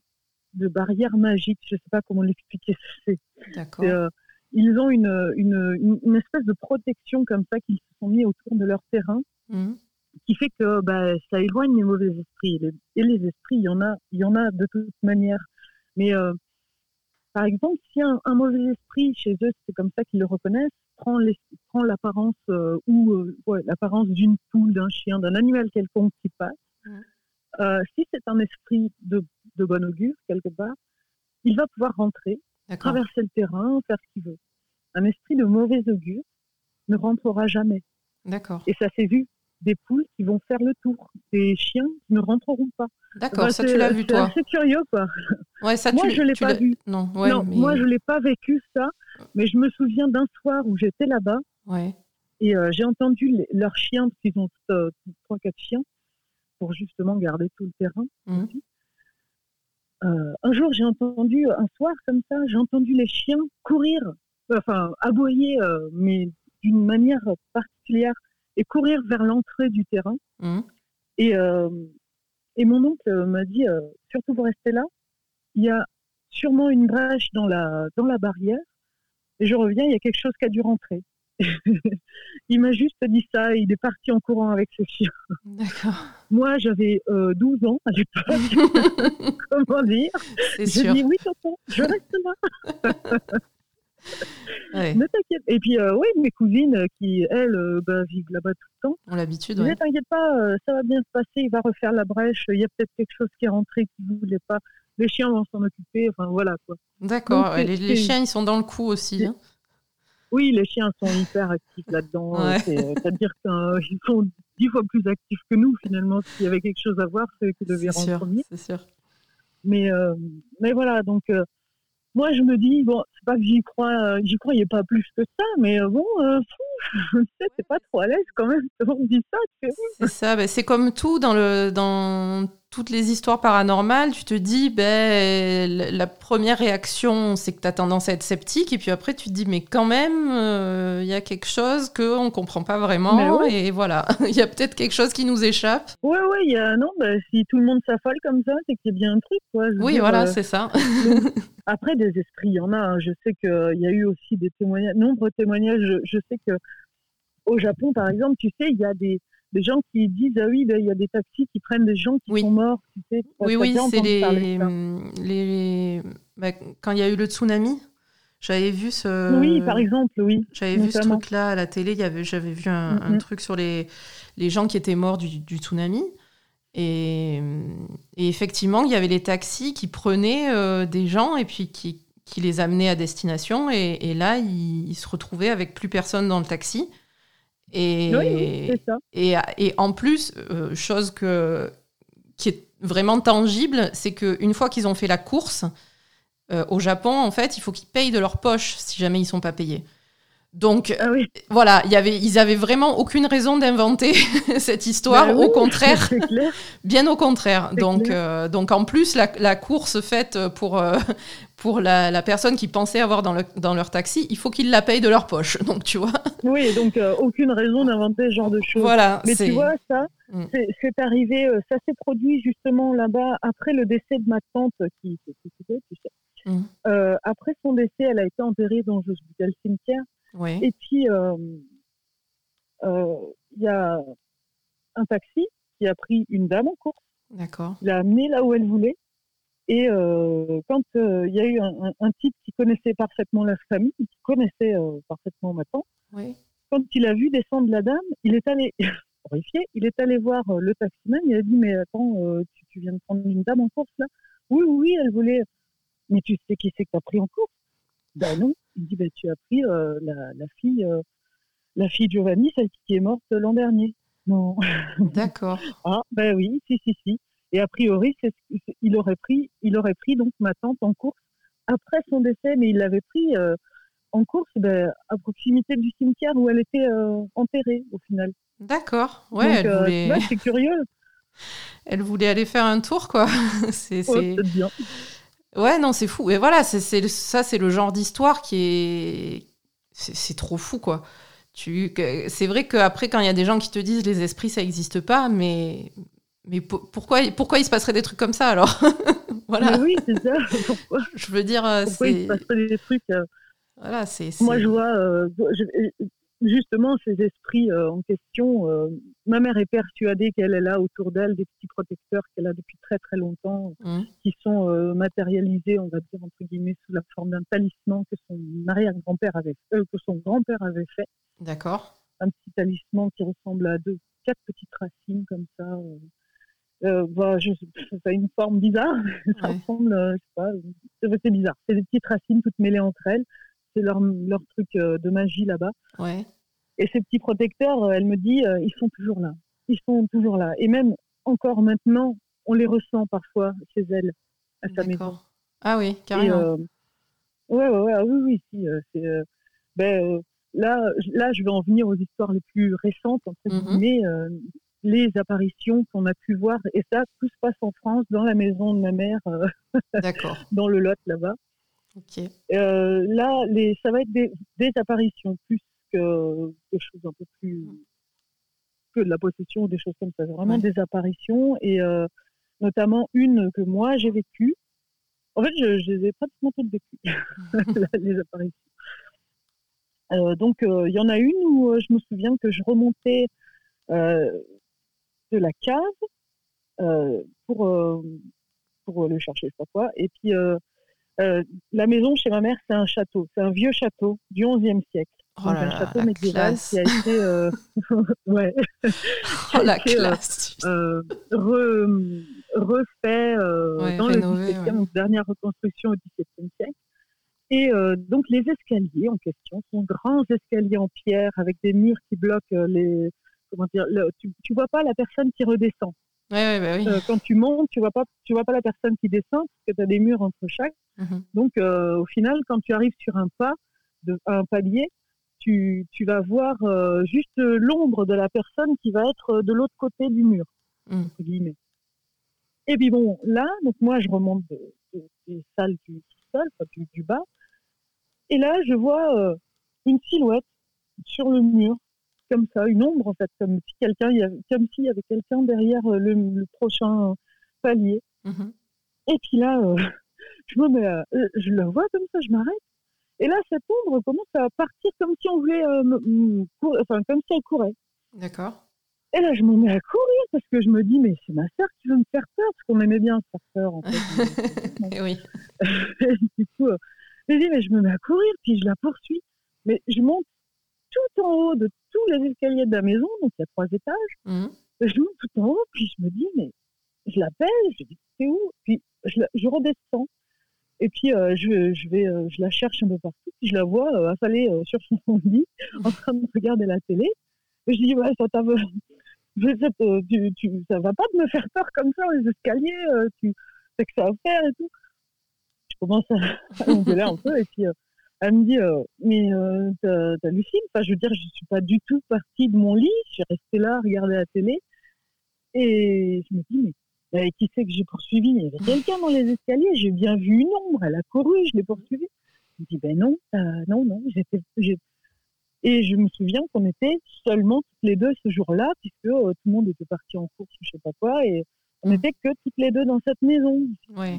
de barrière magique. Je sais pas comment l'expliquer. C'est, c'est, d'accord. euh, ils ont une, une, une, une espèce de protection comme ça qu'ils se sont mis autour de leur terrain, Mhm. qui fait que bah, ça éloigne les mauvais esprits. Les, et les esprits, il y en a, il y en a de toute manière. Mais euh, par exemple, si un, un mauvais esprit chez eux, c'est comme ça qu'ils le reconnaissent, prend, les, prend l'apparence euh, ou euh, ouais, l'apparence d'une poule, d'un chien, d'un animal quelconque qui passe. Mhm. Euh, si c'est un esprit de, de bon augure quelque part, il va pouvoir rentrer, D'accord, traverser le terrain, faire ce qu'il veut. Un esprit de mauvais augure ne rentrera jamais. d'accord. Et ça s'est vu. Des poules qui vont faire le tour, des chiens qui ne rentreront pas. D'accord, Enfin, ça c'est, tu l'as vu, c'est toi. assez curieux, quoi. Ouais, ça Moi, tu, je ne l'ai tu pas l'as. vu. Non, ouais, Non, moi, mais. je ne l'ai pas vécu, ça. Mais je me souviens d'un soir où j'étais là-bas Ouais. et euh, j'ai entendu les, leurs chiens, parce qu'ils ont euh, trois, quatre chiens, pour justement garder tout le terrain Mhm. aussi. Euh, un jour, j'ai entendu, un soir comme ça, j'ai entendu les chiens courir, enfin, aboyer, euh, mais d'une manière particulière, et courir vers l'entrée du terrain. Mhm. Et, euh, et mon oncle m'a dit, euh, surtout vous restez là, il y a sûrement une brèche dans la, dans la barrière, et je reviens, il y a quelque chose qui a dû rentrer. Il m'a juste dit ça, et il est parti en courant avec ses chiens. D'accord. Moi, j'avais euh, douze ans à l'époque, comment dire. C'est J'ai sûr. dit, oui, tonton, je reste là. Ouais. Ne t'inquiète. Et puis, euh, oui, mes cousines euh, qui, elles, euh, bah, vivent là-bas tout le temps, On l'habitude, je disais, ouais. t'inquiète pas, euh, ça va bien se passer, il va refaire la brèche, il y a peut-être quelque chose qui est rentré qui ne voulait pas, les chiens vont s'en occuper, enfin voilà quoi. Donc, D'accord. Ouais, c'est, Les, les c'est, chiens, ils sont dans le coup aussi. c'est- Hein. oui, les chiens sont hyper actifs là-dedans, euh, Ouais. c'est, euh, c'est-à-dire qu'ils sont dix fois plus actifs que nous finalement, s'il y avait quelque chose à voir, c'est eux qui le C'est verront en sûr, premier. c'est sûr. Mais, euh, mais voilà, donc euh, moi je me dis, bon, c'est pas que j'y crois, euh, j'y croyais pas plus que ça, mais euh, bon, euh, je sais, t'es pas trop à l'aise quand même, on me dit ça, tu fais, C'est ça. Ben, c'est comme tout dans le dans toutes les histoires paranormales. Tu te dis, ben la la première réaction, c'est que tu as tendance à être sceptique, et puis après tu te dis, mais quand même, euh, il y a quelque chose qu'on ne comprend pas mais vraiment, ouais, et voilà, il y a peut-être quelque chose qui nous échappe. ouais, ouais, il y a, non, bah, si tout le monde s'affole comme ça, c'est qu'il y a bien un truc, quoi, je veux Oui, dire, voilà, euh, c'est ça. donc, après des esprits, il y en a, hein. Je sais qu'il y a eu aussi des témoignages, nombreux témoignages, je, je sais que au Japon, par exemple, tu sais, il y a des, des gens qui disent, ah oui, ben, il y a des taxis qui prennent des gens qui Oui. sont morts, tu sais, t'as, Oui, t'as oui, déjà c'est entendu parler de les, ça. les... bah, quand il y a eu le tsunami, j'avais vu Oui, par ce, exemple, oui, j'avais vu ce notamment. truc-là à la télé. Il y avait, j'avais vu un, un Mm-mm. truc sur les, les gens qui étaient morts du, du tsunami. Et, et effectivement, il y avait les taxis qui prenaient euh, des gens et puis qui, qui les amenaient à destination. Et, et là, ils, ils se retrouvaient avec plus personne dans le taxi. Oui, oui, c'est Et, ça. et, et en plus, euh, chose que, qui est vraiment tangible, c'est qu'une fois qu'ils ont fait la course, euh, au Japon, en fait, il faut qu'ils payent de leur poche si jamais ils ne sont pas payés. Donc, Ah oui. voilà, y avait, ils avaient vraiment aucune raison d'inventer cette histoire. Bah oui, au contraire, c'est clair. bien au contraire. C'est Donc, clair. euh, donc, en plus, la, la course faite pour, euh, pour la, la personne qui pensait avoir dans, le, dans leur taxi, il faut qu'ils la payent de leur poche. Donc, tu vois. Oui, donc euh, aucune raison d'inventer ce genre de choses. Voilà. Mais c'est... tu vois, ça, Mm. c'est, c'est arrivé, euh, ça s'est produit justement là-bas après le décès de ma tante qui s'est suicidée, tu sais. Mm. Euh, après son décès, elle a été enterrée dans le cimetière. Oui. Et puis, il euh, euh, y a un taxi qui a pris une dame en course. D'accord. Il l'a amenée là où elle voulait. Et euh, quand il euh, y a eu un, un, un type qui connaissait parfaitement la famille, qui connaissait euh, parfaitement ma tante, Oui. quand il a vu descendre la dame, il est allé, horrifié, il est allé voir euh, le taximan, il a dit, mais attends, euh, tu, tu viens de prendre une dame en course là? Oui, oui, elle voulait. Mais tu sais qui c'est que tu as pris en course? Ben non. Il dit, ben, tu as pris euh, la, la fille, euh, la fille Giovanni, celle qui est morte l'an dernier. Non. D'accord. Ah, ben oui, si, si, si. Et a priori, c'est, c'est, il aurait pris, il aurait pris donc ma tante en course après son décès, mais il l'avait pris euh, en course ben, à proximité du cimetière où elle était euh, enterrée au final. D'accord. Ouais, donc, elle euh, voulait. Tu vois, c'est curieux. Elle voulait aller faire un tour, quoi. c'est, Oh, c'est... c'est bien. Ouais, non, c'est fou. Et voilà, c'est, c'est, ça, c'est le genre d'histoire qui est... C'est, c'est trop fou, quoi. Tu... C'est vrai qu'après, quand il y a des gens qui te disent les esprits, ça n'existe pas, mais, mais pour... pourquoi... pourquoi il se passerait des trucs comme ça, alors? Voilà. Mais oui, c'est ça. Pourquoi, Je veux dire, pourquoi c'est... il se passerait des trucs euh... Voilà, c'est... c'est... Moi, je vois... Euh, je... Justement, ces esprits euh, en question, euh, ma mère est persuadée qu'elle est là autour d'elle, des petits protecteurs qu'elle a depuis très très longtemps, mmh. qui sont euh, matérialisés, on va dire, entre guillemets, sous la forme d'un talisman que son arrière-grand-père avait fait, euh, que son grand-père avait fait. D'accord. Un petit talisman qui ressemble à deux, quatre petites racines comme ça. Euh, euh, bah, je, ça a une forme bizarre, ça ouais. ressemble, euh, je sais pas, c'est, c'est bizarre. C'est des petites racines toutes mêlées entre elles. C'est leur, leur truc euh, de magie là-bas. Ouais. Et ces petits protecteurs, euh, elle me dit, euh, ils sont toujours là. Ils sont toujours là. Et même encore maintenant, on les ressent parfois chez elle, à sa D'accord. maison. Ah oui, carrément. Et, euh, ouais, ouais, ouais, oui, oui, si. Euh, c'est, euh, ben, euh, là, là, je vais en venir aux histoires les plus récentes, entre guillemets, mm-hmm. euh, les apparitions qu'on a pu voir. Et ça, tout se passe en France, dans la maison de ma mère, euh, D'accord. dans le Lot, là-bas. Okay. Euh, là, les, ça va être des, des apparitions plus que des choses un peu plus que de la possession ou des choses comme ça. C'est vraiment ouais. des apparitions et euh, notamment une que moi j'ai vécue. En fait, je, je les ai pratiquement toutes vécues, les apparitions. Euh, donc, il euh, y en a une où euh, je me souviens que je remontais euh, de la cave euh, pour, euh, pour aller chercher je sais pas quoi. Et puis, euh, Euh, la maison chez ma mère, c'est un château. C'est un vieux château du onzième siècle. Oh donc là un là, château la médiéval classe. qui a été, euh... ouais, oh, la été, classe. Euh, re, refait euh, ouais, dans rénové, le dix-septième, ouais. donc dernière reconstruction au dix-septième siècle. Et euh, donc les escaliers en question sont grands escaliers en pierre avec des murs qui bloquent les. Comment dire, le, tu, tu vois pas la personne qui redescend. Ouais, ouais, bah oui. euh, quand tu montes, tu vois pas, tu vois pas la personne qui descend parce que tu as des murs entre chaque. Mm-hmm. Donc, euh, au final, quand tu arrives sur un pas, de, un palier, tu, tu vas voir euh, juste l'ombre de la personne qui va être de l'autre côté du mur, mm. entre guillemets. Et puis bon, là, donc moi, je remonte de, de, des salles du sol, enfin, du, du bas, et là, je vois euh, une silhouette sur le mur. Comme ça, une ombre en fait, comme si quelqu'un, il y avait, comme s'il y avait quelqu'un derrière le, le prochain palier. Mm-hmm. Et puis là, euh, je me mets, à, je la vois comme ça, je m'arrête. Et là, cette ombre commence à partir comme si on voulait, euh, m- cour- enfin comme si elle courait. D'accord. Et là, je me mets à courir parce que je me dis, mais c'est ma sœur qui veut me faire peur, parce qu'on aimait bien se faire peur en fait. oui. Du coup, euh, je dis, mais je me mets à courir, puis je la poursuis. Mais je monte tout en haut de tous les escaliers de la maison, donc il y a trois étages. Mmh. Je monte tout en haut, puis je me dis, mais je l'appelle, je dis, c'est où? Puis je, la, je redescends. Et puis euh, je, je, vais, euh, je la cherche un peu partout, puis je la vois euh, affalée euh, sur son lit, en train de regarder la télé. Et je dis, ouais, ça t'a... Euh, tu, tu, ça va pas de me faire peur comme ça, les escaliers, euh, tu sais que ça va faire et tout. Je commence à, à l'engueuler un peu, et puis... Euh, Elle me dit, euh, mais euh, t'as- t'hallucines, enfin, je veux dire, je suis pas du tout partie de mon lit, je suis restée là à regarder la télé, et je me dis, mais mais qui c'est que j'ai poursuivi? Il y avait quelqu'un dans les escaliers, j'ai bien vu une ombre, elle a couru, je l'ai poursuivie. Je me dis, ben non, euh, non, non, j'étais, j'ai... Et je me souviens qu'on était seulement toutes les deux ce jour-là, puisque euh, tout le monde était parti en course, je sais pas quoi, et on Mm. n'était que toutes les deux dans cette maison. Ouais.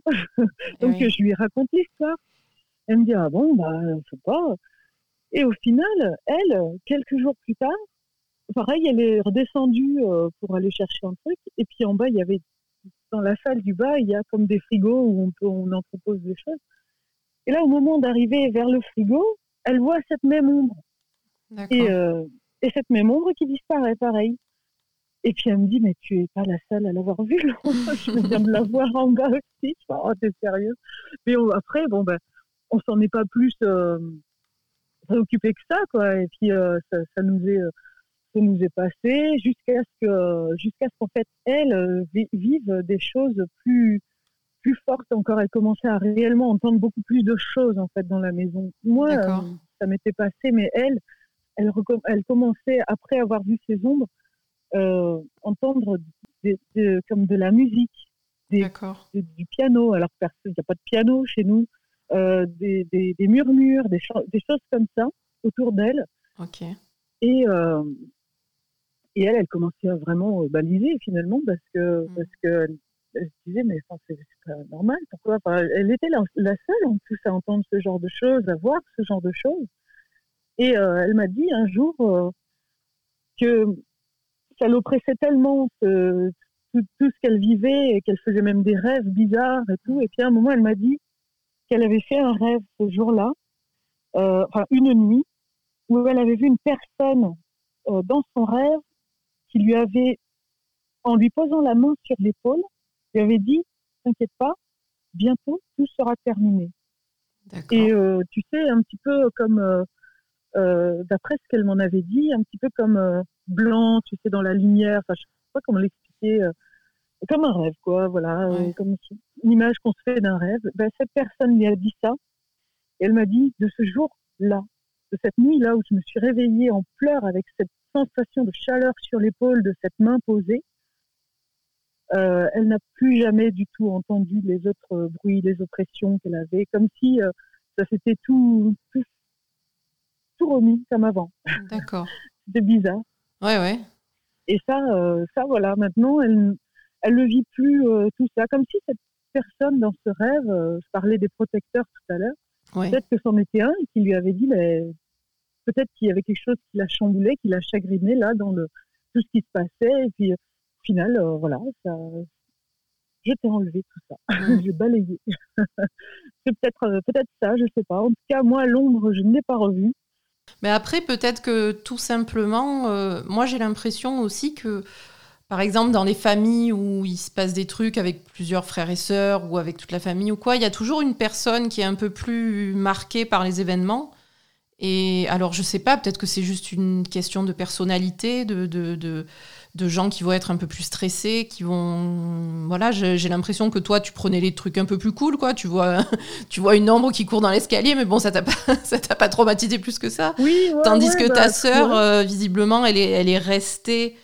Donc oui. je lui raconte l'histoire. Elle me dit, ah bon, bah, je sais pas. Et au final, elle, quelques jours plus tard, pareil, elle est redescendue euh, pour aller chercher un truc, et puis en bas, il y avait, dans la salle du bas, il y a comme des frigos où on peut, on entrepose des choses. Et là, au moment d'arriver vers le frigo, elle voit cette même ombre. D'accord. Et, euh, et cette même ombre qui disparaît, pareil. Et puis elle me dit, mais tu es pas la seule à l'avoir vue, je viens de la voir en bas aussi. Je fais, oh, t'es sérieuse? Mais on, après, bon, ben, on s'en est pas plus euh, préoccupé que ça, quoi. Et puis euh, ça, ça nous est, ça nous est passé jusqu'à ce que, jusqu'à ce qu'en fait, elle euh, vive des choses plus, plus fortes encore. Elle commençait à réellement entendre beaucoup plus de choses en fait dans la maison. Moi, euh, ça m'était passé, mais elle, elle, elle commençait après avoir vu ces ombres. Euh, entendre des, des, comme de la musique, des, des, du piano. Alors, il n'y a pas de piano chez nous, euh, des, des, des murmures, des, cho- des choses comme ça autour d'elle. Ok. Et, euh, et elle, elle commençait à vraiment baliser finalement parce que, mm. parce que elle se disait, mais enfin, c'est, c'est pas normal, pourquoi enfin, elle était la, la seule en plus à entendre ce genre de choses, à voir ce genre de choses. Et euh, elle m'a dit un jour euh, que ça l'oppressait tellement ce, tout, tout ce qu'elle vivait et qu'elle faisait même des rêves bizarres et tout. Et puis à un moment, elle m'a dit qu'elle avait fait un rêve ce jour-là, euh, enfin une nuit, où elle avait vu une personne euh, dans son rêve qui lui avait, en lui posant la main sur l'épaule, lui avait dit « T'inquiète pas, bientôt tout sera terminé ». Et euh, tu sais, un petit peu comme... Euh, Euh, d'après ce qu'elle m'en avait dit, un petit peu comme euh, blanc, tu sais, dans la lumière, enfin, je sais pas comment l'expliquer, euh, comme un rêve, quoi, voilà, ouais. euh, comme une image qu'on se fait d'un rêve. Ben, cette personne lui a dit ça, et elle m'a dit, de ce jour-là, de cette nuit-là où je me suis réveillée en pleurs avec cette sensation de chaleur sur l'épaule de cette main posée, euh, elle n'a plus jamais du tout entendu les autres euh, bruits, les oppressions qu'elle avait, comme si euh, ça s'était tout, tout tout remis comme avant. D'accord. C'était bizarre. Ouais, ouais. Et ça, euh, ça voilà, maintenant, elle elle ne vit plus euh, tout ça. Comme si cette personne dans ce rêve, euh, je parlais des protecteurs tout à l'heure, ouais. Peut-être que c'en était un et qui lui avait dit, mais, peut-être qu'il y avait quelque chose qui la chamboulait, qui la chagrinait là dans le, tout ce qui se passait. Et puis, au final, euh, voilà, ça, je t'ai enlevé tout ça. Mmh. J'ai balayé. C'est peut-être, euh, peut-être ça, je ne sais pas. En tout cas, moi, l'ombre, je ne l'ai pas revue. Mais après, peut-être que tout simplement, euh, moi j'ai l'impression aussi que, par exemple, dans les familles où il se passe des trucs avec plusieurs frères et sœurs ou avec toute la famille ou quoi, il y a toujours une personne qui est un peu plus marquée par les événements. Et alors, je sais pas, peut-être que c'est juste une question de personnalité, de, de, de, de gens qui vont être un peu plus stressés, qui vont... Voilà, j'ai, j'ai l'impression que toi, tu prenais les trucs un peu plus cool, quoi. Tu vois, tu vois une ombre qui court dans l'escalier, mais bon, ça t'a pas, ça t'a pas traumatisé plus que ça. Oui, ouais, Tandis ouais, que bah, ta sœur, ouais. euh, visiblement, elle est, elle est restée...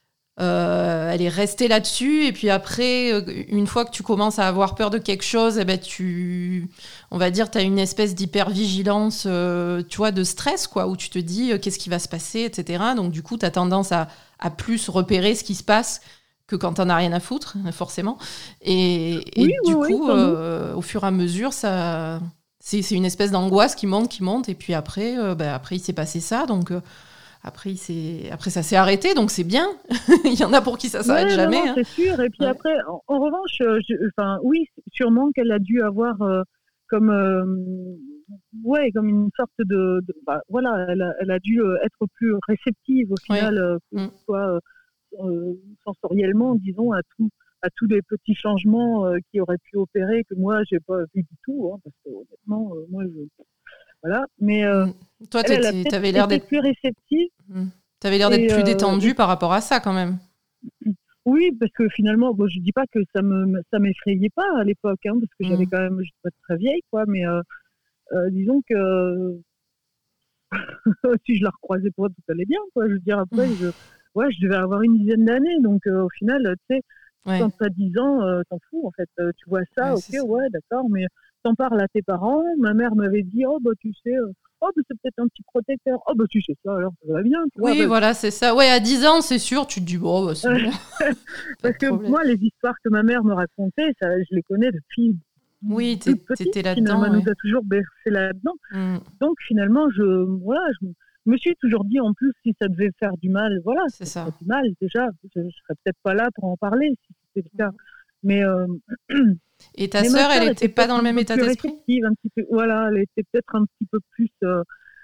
Euh, elle est restée là-dessus et puis après une fois que tu commences à avoir peur de quelque chose eh ben tu on va dire tu as une espèce d'hypervigilance euh, tu vois de stress quoi où tu te dis euh, qu'est-ce qui va se passer etc donc du coup tu as tendance à, à plus repérer ce qui se passe que quand t'en as rien à foutre forcément et, et oui, du oui, coup oui, euh, au fur et à mesure ça c'est, c'est une espèce d'angoisse qui monte qui monte et puis après euh, ben, après il s'est passé ça donc euh, Après, il s'est... Après, ça s'est arrêté, donc c'est bien. Il y en a pour qui ça s'arrête ouais, jamais. Non, non, hein. c'est sûr. Et puis ouais. après, en, en revanche, je, enfin, oui, sûrement qu'elle a dû avoir euh, comme, euh, ouais, comme une sorte de, de bah, voilà, elle a, elle a dû être plus réceptive au final, ouais. euh, que ce soit euh, sensoriellement, disons, à tout, à tous les petits changements euh, qui auraient pu opérer que moi j'ai pas vu du tout, hein, parce que honnêtement, euh, moi je voilà, mais euh, toi, elle, elle a peut-être t'avais l'air été d'être plus réceptive. Tu avais l'air d'être et, plus euh, détendue et... par rapport à ça, quand même. Oui, parce que finalement, bon, je dis pas que ça me ça m'effrayait pas à l'époque, hein, parce que mmh. j'avais quand même, je suis pas très vieille, quoi, mais euh, euh, disons que si je la recroisais pour tout allait bien, quoi. Je veux dire, après, je, ouais, je devais avoir une dizaine d'années, donc euh, au final, tu sais, Ouais. quand t'as dix ans, euh, t'en fous, en fait. Euh, tu vois ça, Ouais, ok, c'est ça. ouais, d'accord, mais t'en parles à tes parents. Ma mère m'avait dit, oh, bah, tu sais, euh, oh, bah, c'est peut-être un petit protecteur. Oh, bah, tu sais ça, alors ça va bien, tu vois. Oui, Bah, voilà, c'est ça. Ouais, à dix ans, c'est sûr, tu te dis, bon, bah, c'est bon, pas parce de que problème. moi, les histoires que ma mère me racontait, ça, je les connais depuis Oui, toute t'é- petite, t'étais finalement, là-dedans, elle ouais. nous a toujours bercé là-dedans. Mm, Donc, finalement, je, voilà, je me suis toujours dit, en plus, si ça devait faire du mal, voilà, c'est ça ça. ferait du mal, déjà. Je ne serais peut-être pas là pour en parler, si c'était le cas. Mm. Mais, euh, Et ta mais ma sœur, elle sœur était était pas peut-être dans le un même peu état plus d'esprit? réceptive, un petit peu, voilà, elle était peut-être un petit peu plus, euh,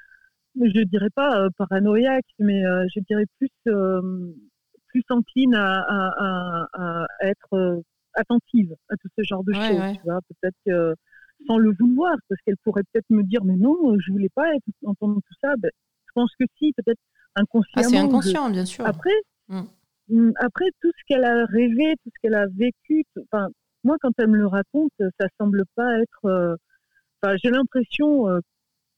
je dirais pas euh, paranoïaque, mais euh, je dirais plus, euh, plus encline à, à, à, à être euh, attentive à tout ce genre de Ouais, choses, ouais. tu vois, peut-être que sans le vouloir, parce qu'elle pourrait peut-être me dire, mais non, je voulais pas être, entendre tout ça. Ben, je pense que si, peut-être Ah, c'est inconsciemment. Je... inconscient, bien sûr. Après, Mm. hum, après, tout ce qu'elle a rêvé, tout ce qu'elle a vécu, tout- enfin, moi, quand elle me le raconte, ça semble pas être. euh, Enfin, j'ai l'impression euh,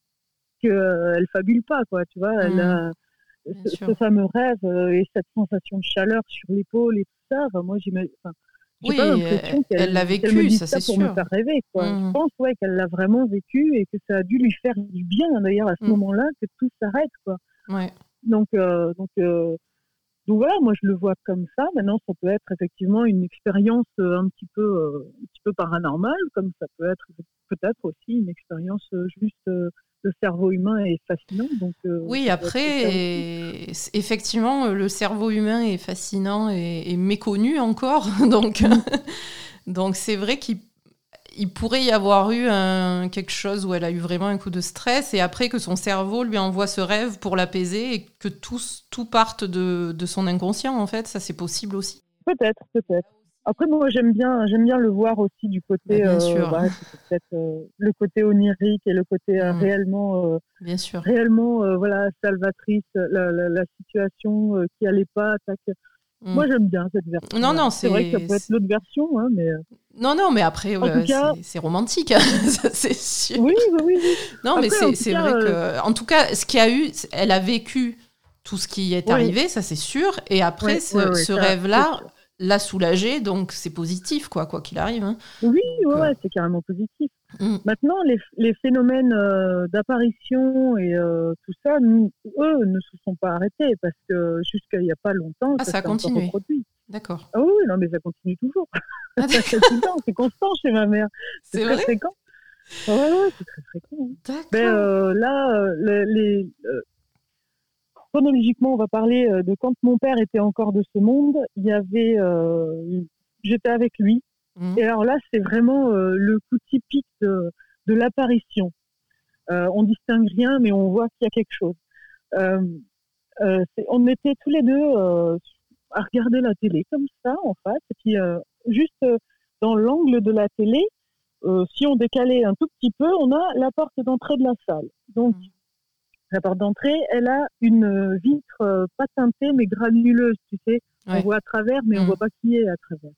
qu'elle fabule pas, quoi. Tu vois, elle Mm. a Bien ce, ce sûr. fameux rêve euh, et cette sensation de chaleur sur l'épaule et tout ça. Enfin, moi, j'imagine. Enfin, j'ai pas Oui, euh, l'impression elle l'a qu'elle qu'elle me vécu, dise ça ça c'est pour me sûr. faire rêver, quoi. Je Mm. pense, ouais, qu'elle l'a vraiment vécu et que ça a dû lui faire du bien, d'ailleurs, à ce Mm. moment-là, que tout s'arrête, quoi. Ouais. Donc, euh, donc, euh, donc voilà, moi, je le vois comme ça. Maintenant, ça peut être effectivement une expérience euh, un petit peu, euh, un petit peu paranormale, comme ça peut être peut-être aussi une expérience euh, juste. Euh, le cerveau humain est fascinant, donc euh, Oui, ça peut être ça aussi. après, c'est- effectivement, le cerveau humain est fascinant et, et méconnu encore. Donc, Mm. donc c'est vrai qu'il il pourrait y avoir eu un, quelque chose où elle a eu vraiment un coup de stress et après que son cerveau lui envoie ce rêve pour l'apaiser et que tout, tout parte de, de son inconscient, en fait. Ça, c'est possible aussi. Peut-être, peut-être. Après, moi, j'aime bien, j'aime bien le voir aussi du Bah, côté, bien euh, sûr. bah, c'était peut-être euh, le côté onirique et le côté euh, Mm, réellement, euh, bien sûr. réellement, euh, voilà, salvatrice, la, la, la situation euh, qui allait pas. Tac. Mm. Moi, j'aime bien cette Non, version-là. non, C'est vrai que ça c'est... peut être c'est- l'autre version, hein, mais euh, Non, non, mais après, en tout ouais, cas, c'est, c'est romantique, hein, ça, c'est sûr. oui, oui, oui, oui. Non, mais Après, en c'est, tout c'est cas, vrai euh, que... En tout cas, ce qu'il y a eu, elle a vécu tout ce qui est oui, arrivé, ça c'est sûr. Et après, oui, oui, ce, oui, ce ça, c'est rêve-là sûr. l'a soulagée, donc c'est positif, quoi, quoi qu'il arrive. Hein. Oui, Donc, ouais, euh, ouais, c'est carrément positif. mm. Maintenant, les, les phénomènes euh, d'apparition et euh, tout ça, nous, eux, ne se sont pas arrêtés parce que jusqu'à il n'y a pas longtemps, Ah, ça ça a s'est encore continué. reproduit. D'accord. Ah oui, oui, non, mais ça continue toujours. Ah, C'est d'accord. tout le temps, c'est constant chez ma mère. C'est C'est très vrai? fréquent. Ah ouais, ouais, c'est très fréquent. Hein. Ben, D'accord. euh, là, euh, les, les, euh, chronologiquement, on va parler euh, de quand mon père était encore de ce monde. Il y avait, euh, j'étais avec lui. Mm. Et alors là, c'est vraiment euh, le coup typique de, de l'apparition. Euh, on distingue rien, mais on voit qu'il y a quelque chose. Euh, euh, c'est- on était tous les deux euh, à regarder la télé comme ça en face, et puis euh, juste euh, dans l'angle de la télé, euh, si on décalait un tout petit peu, on a la porte d'entrée de la salle. Donc Mm. la porte d'entrée, elle a une euh, vitre euh, pas teintée mais granuleuse, tu sais. On Ouais. voit à travers, mais on Mm. voit pas qui est à travers.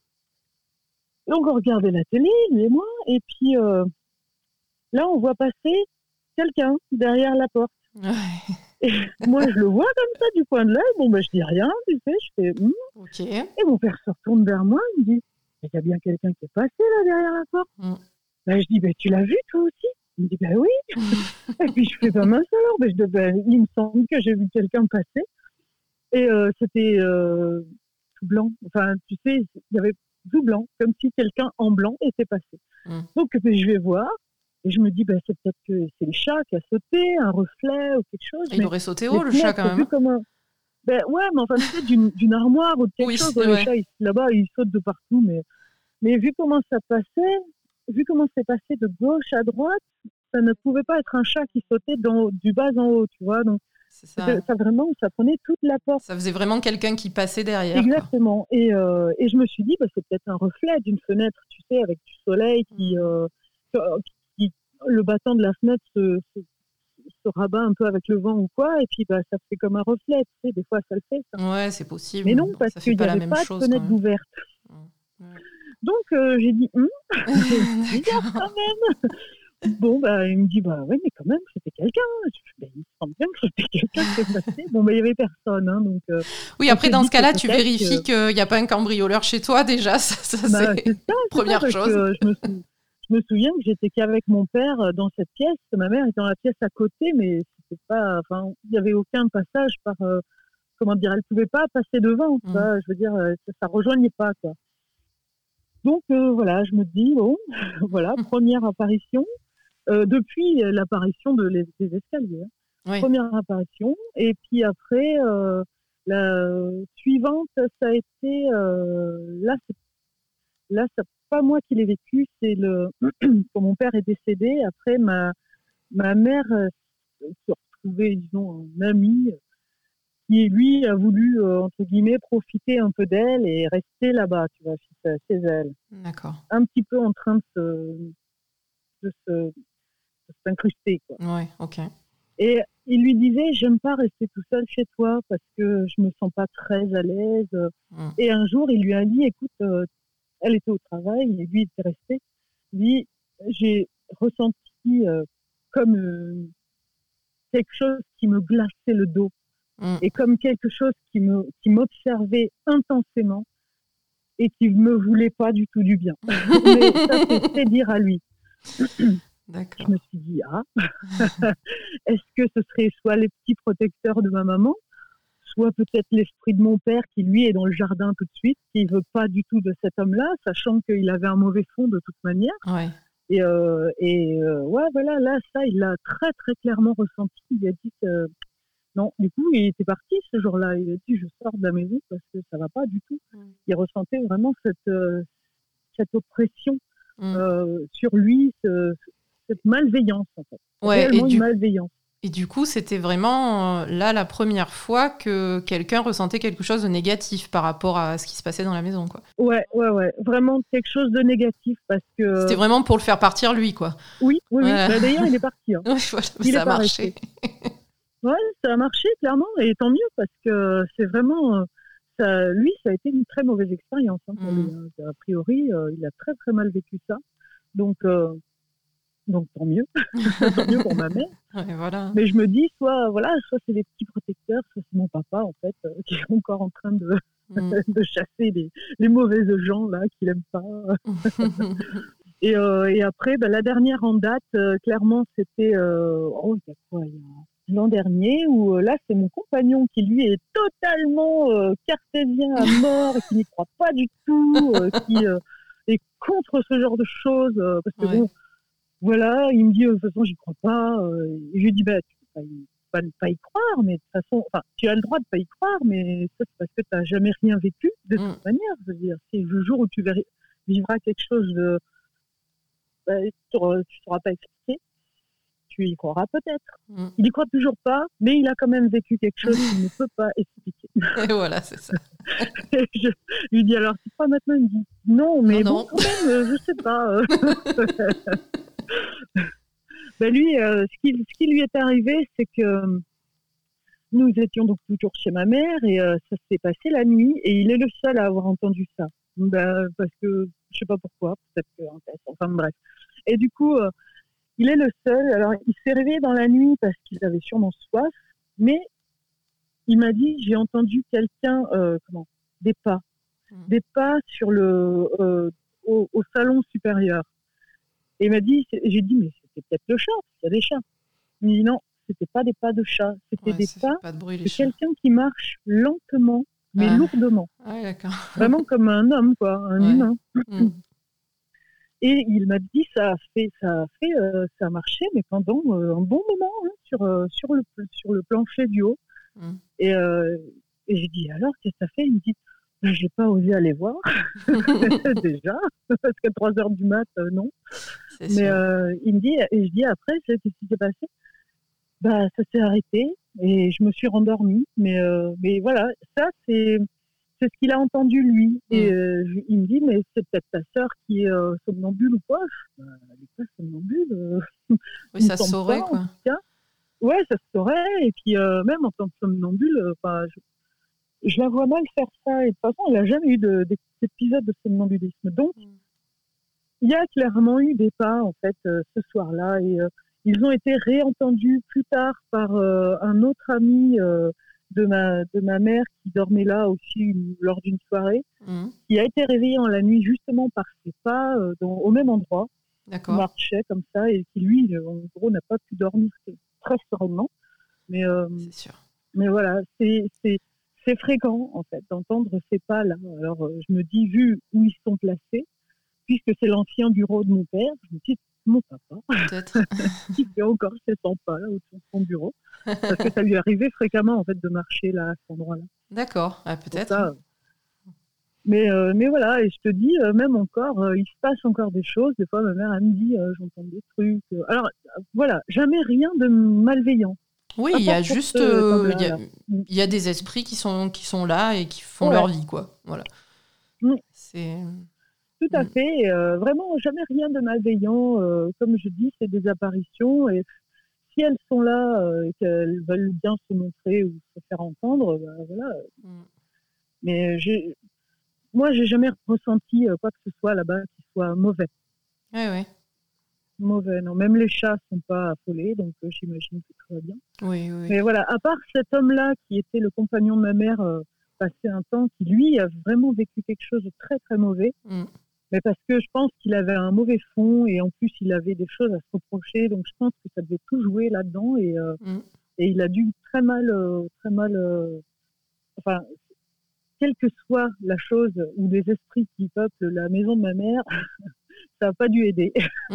Donc on regardait la télé, lui et moi, et puis euh, là on voit passer quelqu'un derrière la porte. Ouais. Et moi, je le vois comme ça du coin de l'œil. Bon, ben, je dis rien, tu sais. Je fais hum. Ok. Et mon père se retourne vers moi. Il me dit il y a bien quelqu'un qui est passé là derrière la porte. Mm. Ben, je dis ben, tu l'as vu toi aussi. Il me dit ben oui. Et puis je fais pas mince alors. Ben, je dis, ben, il me semble que j'ai vu quelqu'un passer. Et euh, c'était euh, tout blanc. Enfin, tu sais, il y avait tout blanc, comme si quelqu'un en blanc était passé. Mm. Donc, ben, je vais voir. Et je me dis, ben, c'est peut-être que c'est le chat qui a sauté, un reflet ou quelque chose. Il Mais aurait sauté les haut, le chat, fenêtres, quand même. vu Hein. comme un. Ben ouais, mais enfin, tu sais, d'une, d'une armoire ou de quelque Oui, chose. c'est Les vrai. chats, ils- là-bas, ils sautent de partout. Mais, mais vu comment ça passait, vu comment c'est passé de gauche à droite, ça ne pouvait pas être un chat qui sautait dans, du bas en haut, tu vois. Donc, C'est c'était, ça. ça vraiment, ça prenait toute la porte. Ça faisait vraiment quelqu'un qui passait derrière, quoi. Exactement. Et, euh, et je me suis dit, bah, c'est peut-être un reflet d'une fenêtre, tu sais, avec du soleil qui, Mm. euh, qui le battant de la fenêtre se, se, se rabat un peu avec le vent ou quoi, et puis bah, ça fait comme un reflet, tu sais, des fois ça le fait, ça. Ouais, c'est possible. Mais Mais non, bon, parce ça fait qu'il n'y pas la avait même pas de chose, quand fenêtre même. ouverte. Mm. Ouais. Donc euh, j'ai dit, hum, bizarre D'accord. quand même. Bon, bah, il me dit, bah ouais, mais quand même, c'était quelqu'un. Je fais, bah, il me semble bien que c'était quelqu'un qui est passé. Bon, bah, il n'y avait personne. Hein, donc, euh, Oui, on après, s'est dans dit ce que cas-là, tu peut-être vérifies que... qu'il n'y a pas un cambrioleur chez toi, déjà. Ça, ça Bah, c'est c'est ça, c'est ça, première parce chose. que je me, sou- je me souviens que j'étais qu'avec mon père euh, dans cette pièce. Ma mère était dans la pièce à côté, mais c'était pas, enfin, il n'y avait aucun passage par, euh, comment dire, elle pouvait pas passer devant. Tu Mm. vois, je veux dire, euh, ça, ça rejoignait pas, quoi. Donc, euh, voilà, je me dis, bon, voilà, première apparition. Euh, depuis l'apparition de les, des escaliers. Hein. Oui. Première apparition. Et puis après, euh, la suivante, ça a été, euh, là, c'est, là, c'est pas moi qui l'ai vécu, c'est le, quand mon père est décédé, après ma, ma mère euh, se retrouvait, disons, un ami qui, lui, a voulu, euh, entre guillemets, profiter un peu d'elle et rester là-bas, tu vois, chez, chez elle. D'accord. Un petit peu en train de se, de se, de s'incruster, quoi. Oui, ok. Et il lui disait, j'aime pas rester tout seul chez toi parce que je me sens pas très à l'aise. Mm. Et un jour, il lui a dit, écoute, euh, elle était au travail et lui, il était resté. Il dit, j'ai ressenti euh, comme euh, quelque chose qui me glaçait le dos Mm. et comme quelque chose qui me, qui m'observait intensément et qui me voulait pas du tout du bien. Mais ça, c'est dire à lui. D'accord. Je me suis dit, ah, est-ce que ce serait soit les petits protecteurs de ma maman, soit peut-être l'esprit de mon père qui, lui, est dans le jardin tout de suite, qui ne veut pas du tout de cet homme-là, sachant qu'il avait un mauvais fond de toute manière. Ouais. Et, euh, et euh, ouais, voilà, là, ça, il l'a très, très clairement ressenti. Il a dit que non, du coup, il était parti ce jour-là. Il a dit, je sors de la maison parce que ça ne va pas du tout. Mm. Il ressentait vraiment cette, euh, cette oppression Mm. euh, sur lui, ce, cette malveillance, en fait. Ouais, Réellement et du, une malveillance. et du coup, c'était vraiment euh, là la première fois que quelqu'un ressentait quelque chose de négatif par rapport à ce qui se passait dans la maison, quoi. Ouais, ouais, ouais. Vraiment quelque chose de négatif parce que... C'était vraiment pour le faire partir, lui, quoi. Oui, oui, oui. Voilà. Bah, d'ailleurs, il est parti. Hein. Ouais, voilà, mais Il ça est a pas marché. resté. Ouais, ça a marché, clairement. Et tant mieux parce que c'est vraiment... euh, Ça, lui, ça a été une très mauvaise expérience hein, pour Mm. lui. Hein. A priori, euh, il a très, très mal vécu ça. Donc, euh, donc tant mieux. Tant mieux pour ma mère. Ouais, voilà. Mais je me dis, soit, voilà, soit c'est les petits protecteurs, soit c'est mon papa, en fait, euh, qui est encore en train de, Mm. de chasser les, les mauvaises gens, là, qu'il n'aime pas. Et, euh, et après, ben, la dernière en date, euh, clairement, c'était euh, oh, il y a quoi, il y a l'an dernier, où euh, là, c'est mon compagnon qui, lui, est totalement euh, cartésien à mort et qui n'y croit pas du tout, euh, qui euh, est contre ce genre de choses. Euh, parce que Ouais. bon, voilà, il me dit, euh, de toute façon, j'y crois pas. Euh, et je lui dis, bah, tu peux pas y, pas, pas y croire, mais de toute façon, enfin, tu as le droit de pas y croire, mais ça, c'est parce que tu n'as jamais rien vécu de Mm. toute manière. Je veux dire, c'est le jour où tu verras- vivras quelque chose de bah, tu ne sauras pas expliquer, tu y croiras peut-être. Mm. Il y croit toujours pas, mais il a quand même vécu quelque chose qu'il ne peut pas expliquer. Et voilà, c'est ça. Et je lui dis alors, tu crois maintenant? Il me dit non, mais Non, bon, non. quand même, euh, je sais pas. euh. Ben lui, euh, ce, qui, ce qui lui est arrivé, c'est que euh, nous étions donc toujours chez ma mère et euh, ça s'est passé la nuit et il est le seul à avoir entendu ça. Ben, parce que je sais pas pourquoi, peut-être que enfin bref. Et du coup, euh, il est le seul. Alors, il s'est réveillé dans la nuit parce qu'il avait sûrement soif, mais il m'a dit, j'ai entendu quelqu'un, euh, comment, des pas, Mm. des pas sur le, euh, au, au salon supérieur. Et il m'a dit, c'est- j'ai dit, mais c'était peut-être le chat, il y a des chats. Il m'a dit, non, c'était pas des pas de chat, c'était Ouais, des ça pas fait pas de bruit, les de chats. quelqu'un qui marche lentement, mais Ah. lourdement. Ah ouais, d'accord. Vraiment comme un homme, quoi, un Ouais. humain. Mm. Et il m'a dit, ça a fait, ça a fait, euh, ça a marché, mais pendant euh, un bon moment, hein, sur, euh, sur, le, sur le plancher du haut. Mm. Et, euh, et j'ai dit, alors, qu'est-ce que ça fait? Il me dit, ben, j'ai pas osé aller voir, déjà, parce qu'à trois heures du mat, euh, non. C'est Mais sûr. euh, il me dit, et je dis, après, c'est- qu'est-ce qui s'est passé? Bah, ça s'est arrêté, et je me suis rendormie. Mais, euh, mais voilà, ça, c'est... C'est ce qu'il a entendu, lui. Et Mm. euh, je- il me dit, mais c'est peut-être ta sœur qui est euh, somnambule ou quoi? Je dis, bah, elle n'est pas somnambule. Euh, Oui, il me ça se semble saurait, pas, en quoi. tout cas. Ouais, ça se saurait. Et puis, euh, même en tant que somnambule, euh, 'fin, je, je la vois mal faire ça. Et de toute façon, elle n'a jamais eu de- d'épisode de somnambulisme. Donc, Mm. il y a clairement eu des pas, en fait, euh, ce soir-là. Et euh, ils ont été réentendus plus tard par euh, un autre ami euh, de, ma, de ma mère qui dormait là aussi une- lors d'une soirée, Mmh. qui a été réveillé en la nuit justement par ses pas euh, dans- au même endroit, qui D'accord. marchait comme ça et qui, lui, euh, en gros, n'a pas pu dormir très sereinement. Mais, euh, C'est sûr. mais voilà, c'est, c'est, c'est fréquent, en fait, d'entendre ces pas-là. Alors, euh, je me dis, vu où ils sont placés, puisque c'est l'ancien bureau de mon père, je me dis, mon papa, Peut-être. qui fait encore ces cent pas là autour de son bureau, parce que ça lui arrivait fréquemment en fait de marcher là à cet endroit-là. D'accord, ah, Pour peut-être. ça, hein. euh, mais euh, mais voilà, et je te dis, euh, même encore, euh, il se passe encore des choses. Des fois, ma mère elle me dit, euh, j'entends des trucs. euh. Alors euh, voilà, jamais rien de malveillant. Oui, Pas il y a pour juste, cet euh, homme-là, il y a, là. Mm. il y a des esprits qui sont, qui sont là et qui font Ouais. leur vie, quoi. Voilà. Mm. C'est... Tout à Mm. fait. et, euh, vraiment, jamais rien de malveillant. euh, comme je dis, c'est des apparitions. Et si elles sont là euh, et qu'elles veulent bien se montrer ou se faire entendre, bah, voilà. Mm. Mais j'ai, moi, j'ai jamais ressenti euh, quoi que ce soit là-bas qui soit mauvais. Ouais, ouais. Mauvais, non. Même les chats sont pas affolés, donc euh, j'imagine que tout va bien. Oui, oui. Mais voilà, à part cet homme-là qui était le compagnon de ma mère euh, passé un temps, qui lui a vraiment vécu quelque chose de très très mauvais, Mm. mais parce que je pense qu'il avait un mauvais fond et en plus il avait des choses à se reprocher, donc je pense que ça devait tout jouer là-dedans et, euh, Mm. et il a dû très mal, euh, très mal, euh, enfin, quelle que soit la chose ou les esprits qui peuplent la maison de ma mère, ça n'a pas dû aider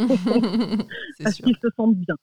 C'est à ce sûr. qu'ils se sentent bien.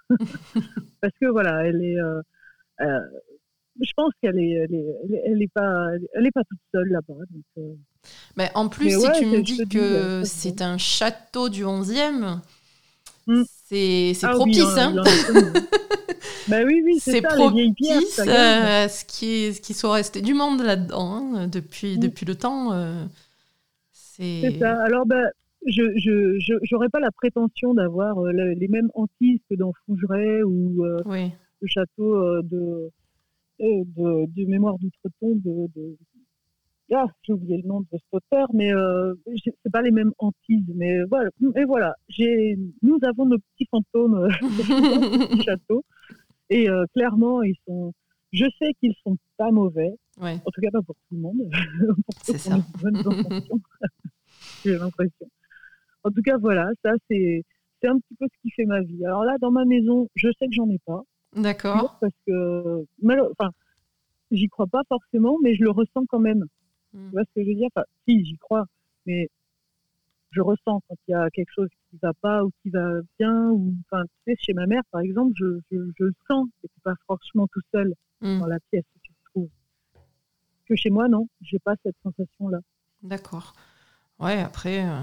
Parce que voilà, elle est, euh, euh, je pense qu'elle est, elle est, elle est, elle est pas, elle est pas toute seule là-bas. Donc, euh, Mais en plus, mais si ouais, tu me je dis te dis, que ça se c'est voit. un château du onzième, Mm. c'est, c'est Ah oui, il propice, en, hein. il en a connu. Ben oui, oui, c'est C'est ça, les vieilles pierres, propice ça garde. euh, à ce qui est, ce qui soit resté du monde là-dedans, hein, depuis, Mm. depuis le temps. euh, c'est... C'est ça. Alors, ben, je je je- j'aurais pas la prétention d'avoir euh, le- les mêmes hantises que dans Fougeray ou euh, Oui. le château euh, de, euh, de, de Mémoire d'Outre-Tombe. De, de... Ah, j'ai oublié le nom de cet auteur, mais euh, j'ai- c'est pas les mêmes hantises. Mais voilà. Et voilà. J'ai, nous avons nos petits fantômes euh, dans ce petit château. Et euh, clairement, ils sont. Je sais qu'ils sont pas mauvais. Ouais, En tout cas, pas pour tout le monde. Pour ceux c'est qui ont ça. de bonnes intentions, j'ai l'impression. En tout cas, voilà, ça, c'est, c'est un petit peu ce qui fait ma vie. Alors là, dans ma maison, je sais que j'en ai pas. Sûr, D'accord. parce que, malo- enfin, j'y crois pas forcément, mais je le ressens quand même. Mm. Tu vois ce que je veux dire? Enfin, si, j'y crois, mais je ressens quand il y a quelque chose qui va pas ou qui va bien. Ou, enfin, tu sais, chez ma mère, par exemple, je, je, je le sens. Et c'est pas franchement tout seul Mm. dans la pièce que tu te trouves. Que chez moi, non, j'ai pas cette sensation-là. D'accord. Ouais, après... euh,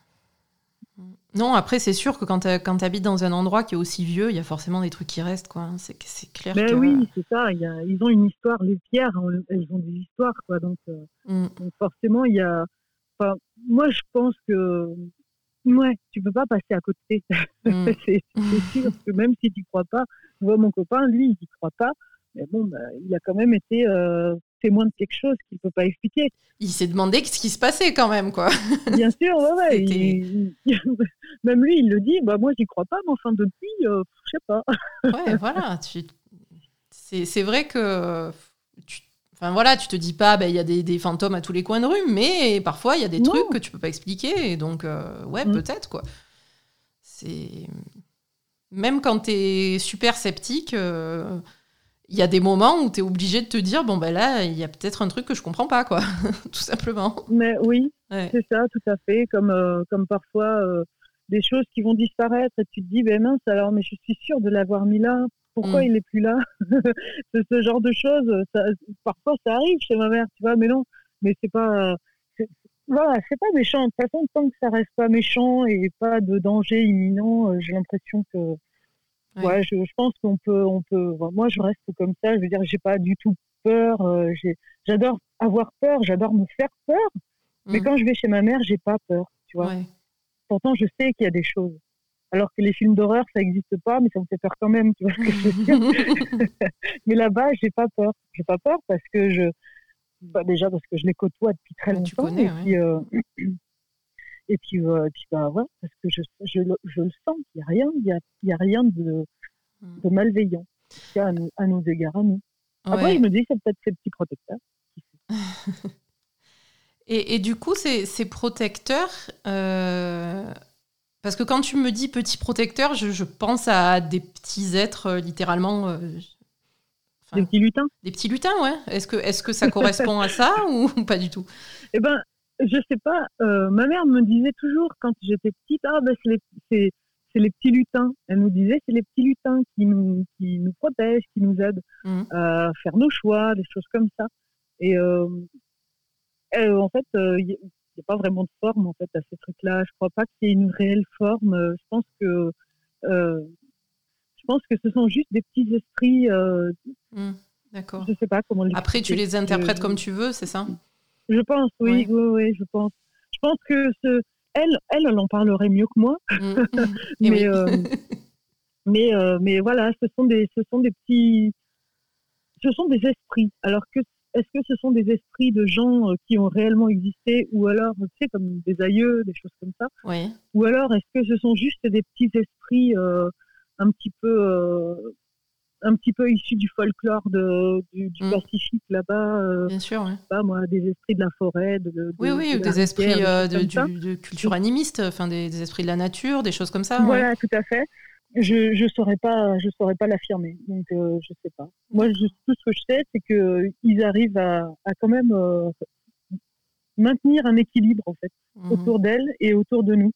Non, après, c'est sûr que quand tu quand habites dans un endroit qui est aussi vieux, il y a forcément des trucs qui restent, quoi. hein. C'est, c'est clair Mais que... oui, c'est ça. Il y a, ils ont une histoire. Les pierres, hein, elles ont des histoires, quoi. Donc, euh, Mm. donc forcément, il y a. Enfin, moi, je pense que ouais, tu peux pas passer à côté. Mm. c'est, c'est sûr que même si tu crois pas, je vois mon copain, lui, il y croit pas. Mais bon, bah, il a quand même été euh, témoin de quelque chose qu'il peut pas expliquer. Il s'est demandé ce qui se passait quand même, quoi. Bien sûr, ouais, ouais. C'était... il- il- même lui, il le dit. Bah moi, j'y crois pas, mais enfin depuis, euh, je sais pas. Ouais, voilà. Tu... C'est, c'est vrai que... Tu... Enfin, voilà, tu te dis pas, ben, il y a des, des fantômes à tous les coins de rue, mais parfois, il y a des Non. trucs que tu peux pas expliquer, et donc, euh, ouais, Mm. peut-être, quoi. C'est... Même quand t'es super sceptique... euh, il y a des moments où tu es obligé de te dire, bon, ben là, il y a peut-être un truc que je comprends pas, quoi. Tout simplement. Mais oui, Ouais. c'est ça, tout à fait. Comme, euh, comme parfois euh, des choses qui vont disparaître et tu te dis, ben mince, alors, mais je suis sûre de l'avoir mis là. Pourquoi Mm. il est plus là? C'est ce genre de choses. Ça, parfois, ça arrive chez ma mère, tu vois, mais non. Mais c'est pas. C'est, voilà, c'est pas méchant. De toute façon, tant que ça reste pas méchant et pas de danger imminent, euh, j'ai l'impression que. Ouais. Ouais, je, je pense qu'on peut, on peut. Enfin, moi, je reste comme ça. Je veux dire, j'ai pas du tout peur. euh, j'ai, j'adore avoir peur. J'adore me faire peur. Mais Mm. quand je vais chez ma mère, j'ai pas peur. Tu vois. Ouais. Pourtant, je sais qu'il y a des choses. Alors que les films d'horreur, ça n'existe pas, mais ça me fait peur quand même. Tu vois ce que je veux dire? Mais là-bas, j'ai pas peur. J'ai pas peur parce que je, bah, déjà parce que je les côtoie depuis très Mais longtemps. tu connais, et ouais. puis, euh, Et puis, euh, et puis bah, ouais, parce que je, je, le- je le sens, il n'y a rien, il y a, il y a rien de, Mm. de malveillant, en tout cas à nos, à nos égards, à nous. Après, je Ouais. me dis, c'est peut-être ces petits protecteurs. Et, et du coup, ces, ces protecteurs, euh, parce que quand tu me dis petits protecteurs, je, je pense à des petits êtres, euh, littéralement, euh, Des enfin, petits lutins. des petits lutins, ouais. Est-ce que, est-ce que ça correspond à ça ou pas du tout? Eh ben, je sais pas. euh, ma mère me disait toujours quand j'étais petite, ah ben c'est les, c'est, c'est les petits lutins. Elle nous disait, c'est les petits lutins qui nous, qui nous protègent, qui nous aident Mm. à faire nos choix, des choses comme ça. Et euh, euh, en fait, il n'y a pas vraiment de forme en fait à ces trucs-là. Je crois pas qu'il y ait une réelle forme. Euh, Je pense que euh, je pense que ce sont juste des petits esprits. Euh, Mm. D'accord. je sais pas comment Après, tu l'expliquer. les interprètes Je, comme tu veux, c'est ça? je pense, oui, Ouais. oui, oui, je pense. Je pense que ce, elle, elle, elle en parlerait mieux que moi. Mm. Et Mais, oui. euh, mais, euh, mais voilà, ce sont des, ce sont des petits, ce sont des esprits. Alors que, est-ce que ce sont des esprits de gens euh, qui ont réellement existé, ou alors, tu sais, comme des aïeux, des choses comme ça, Ouais. ou alors est-ce que ce sont juste des petits esprits euh, un petit peu, euh, un petit peu issus du folklore de, du, du Mm. Pacifique là-bas, euh, Bien sûr, ouais. je sais pas moi, des esprits de la forêt, de, de, Oui, oui, de ou la des esprits rivière, des euh, choses de, comme ça. du- de culture animiste, enfin des, des esprits de la nature, des choses comme ça, ouais. Voilà, tout à fait. Je je saurais pas, je saurais pas l'affirmer. Donc euh, je sais pas. Moi, je, tout ce que je sais, c'est que euh, ils arrivent à, à quand même euh, maintenir un équilibre en fait Mhm. autour d'elles et autour de nous.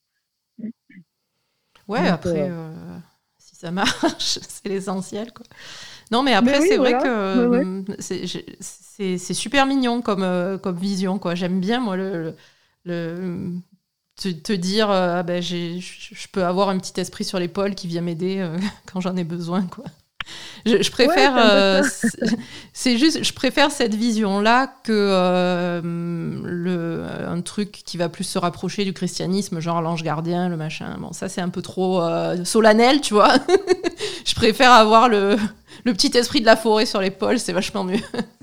Ouais, Donc, après, euh, euh, si ça marche, c'est l'essentiel, quoi. Non, mais après, mais oui, c'est voilà. vrai que Ouais, ouais. hum, c'est j'ai- c'est- c'est super mignon comme, euh, comme vision, quoi. J'aime bien, moi, le, le- le- te, te dire, euh, ah ben, j'ai- je je peux avoir un petit esprit sur l'épaule qui vient m'aider euh, quand j'en ai besoin, quoi. Je, je préfère, Ouais, c'est un peu euh, ça. c'est c'est juste, je préfère cette vision-là que euh, le, un truc qui va plus se rapprocher du christianisme, genre l'ange gardien, le machin. Bon, ça c'est un peu trop euh, solennel, tu vois. Je préfère avoir le, le petit esprit de la forêt sur l'épaule, c'est vachement mieux.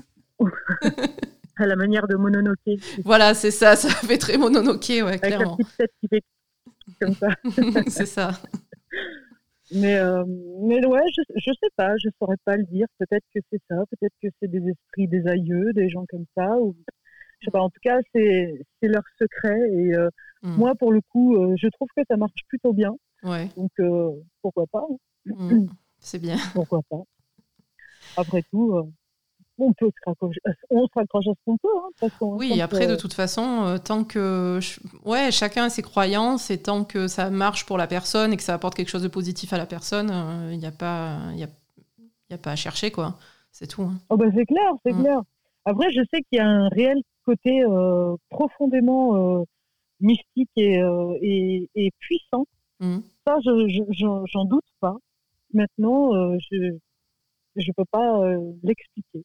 À la manière de Mononoke, Voilà, c'est ça, ça fait très Mononoke, ouais, avec la clairement. petite tête qui fait comme ça. C'est ça. Mais, euh, mais ouais, je, je sais pas, je saurais pas le dire. Peut-être que c'est ça, peut-être que c'est des esprits, des aïeux, des gens comme ça. Ou, je sais pas, en tout cas, c'est, c'est leur secret. Et euh, Mm. moi, pour le coup, euh, je trouve que ça marche plutôt bien. Ouais, Donc, euh, pourquoi pas hein. mm. C'est bien. Pourquoi pas. Après tout, euh, on peut se raccrocher, on se raccroche à ce qu'on peut. Hein, de toute façon, hein, Oui, quand, après, de euh, toute façon, euh, tant que... ch- Ouais, chacun a ses croyances, et tant que ça marche pour la personne et que ça apporte quelque chose de positif à la personne, il n'y a pas, y a, y a pas à chercher, quoi. C'est tout. Hein. oh bah, c'est clair, c'est Mm. clair. Après, je sais qu'il y a un réel côté euh, profondément euh, mystique et, euh, et, et puissant. Mm. Ça, je, je, j'en, j'en doute pas. Maintenant, euh, je je peux pas euh, l'expliquer.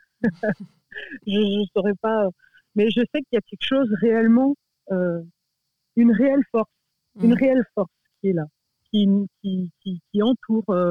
je ne saurais pas. Mais je sais qu'il y a quelque chose réellement, euh, une réelle force, Mm. une réelle force qui est là, qui, qui, qui, qui entoure euh,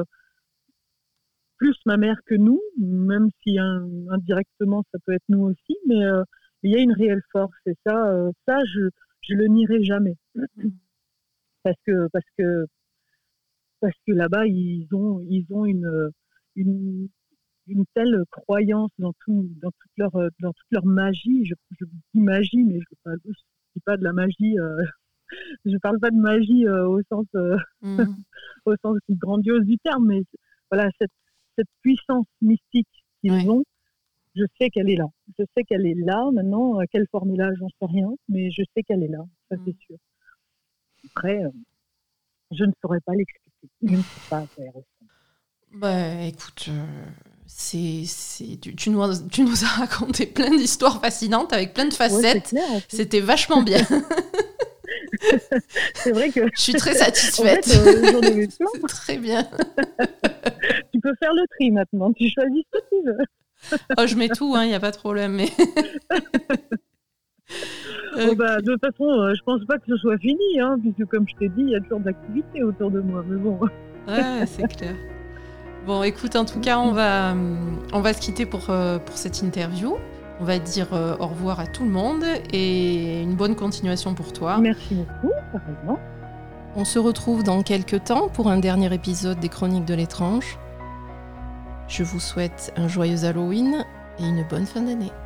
plus ma mère que nous, même si hein, indirectement ça peut être nous aussi, mais euh, il y a une réelle force et ça, euh, ça je je le nierai jamais Mm. parce que parce que parce que là-bas ils ont ils ont une une une telle croyance dans tout dans toute leur dans toute leur magie. Je, je dis magie, mais je ne dis pas de la magie. Euh, je parle pas de magie euh, au sens euh, Mm. au sens grandiose du terme, mais voilà cette cette puissance mystique qu'ils Ouais. ont. Je sais qu'elle est là. Je sais qu'elle est là. Maintenant, à quelle forme elle a, j'en sais rien, mais je sais qu'elle est là. Ça, c'est sûr. Après, euh, je ne saurais pas l'expliquer. Je ne sais pas à quoi elle ressemble. Bah, écoute, euh, c'est, c'est, tu, tu, nous, as- tu nous as raconté plein d'histoires fascinantes avec plein de Ouais, c'est facettes. clair. en fait. C'était vachement bien. C'est vrai que, Je suis très en satisfaite. fait, euh, j'en avais plein. C'est très bien. Tu peux faire le tri maintenant. Tu choisis ce que tu veux. Oh, je mets tout, il n'y a pas de problème. Mais... Bon, bah, de toute façon, euh, je pense pas que ce soit fini, hein, puisque comme je t'ai dit, il y a toujours d'activités autour de moi. Mais bon. Ouais, c'est clair. Bon, écoute, en tout cas, on va, on va se quitter pour, euh, pour cette interview. On va dire euh, au revoir à tout le monde et une bonne continuation pour toi. Merci beaucoup, pareillement. On se retrouve dans quelques temps pour un dernier épisode des Chroniques de l'étrange. Je vous souhaite un joyeux Halloween et une bonne fin d'année.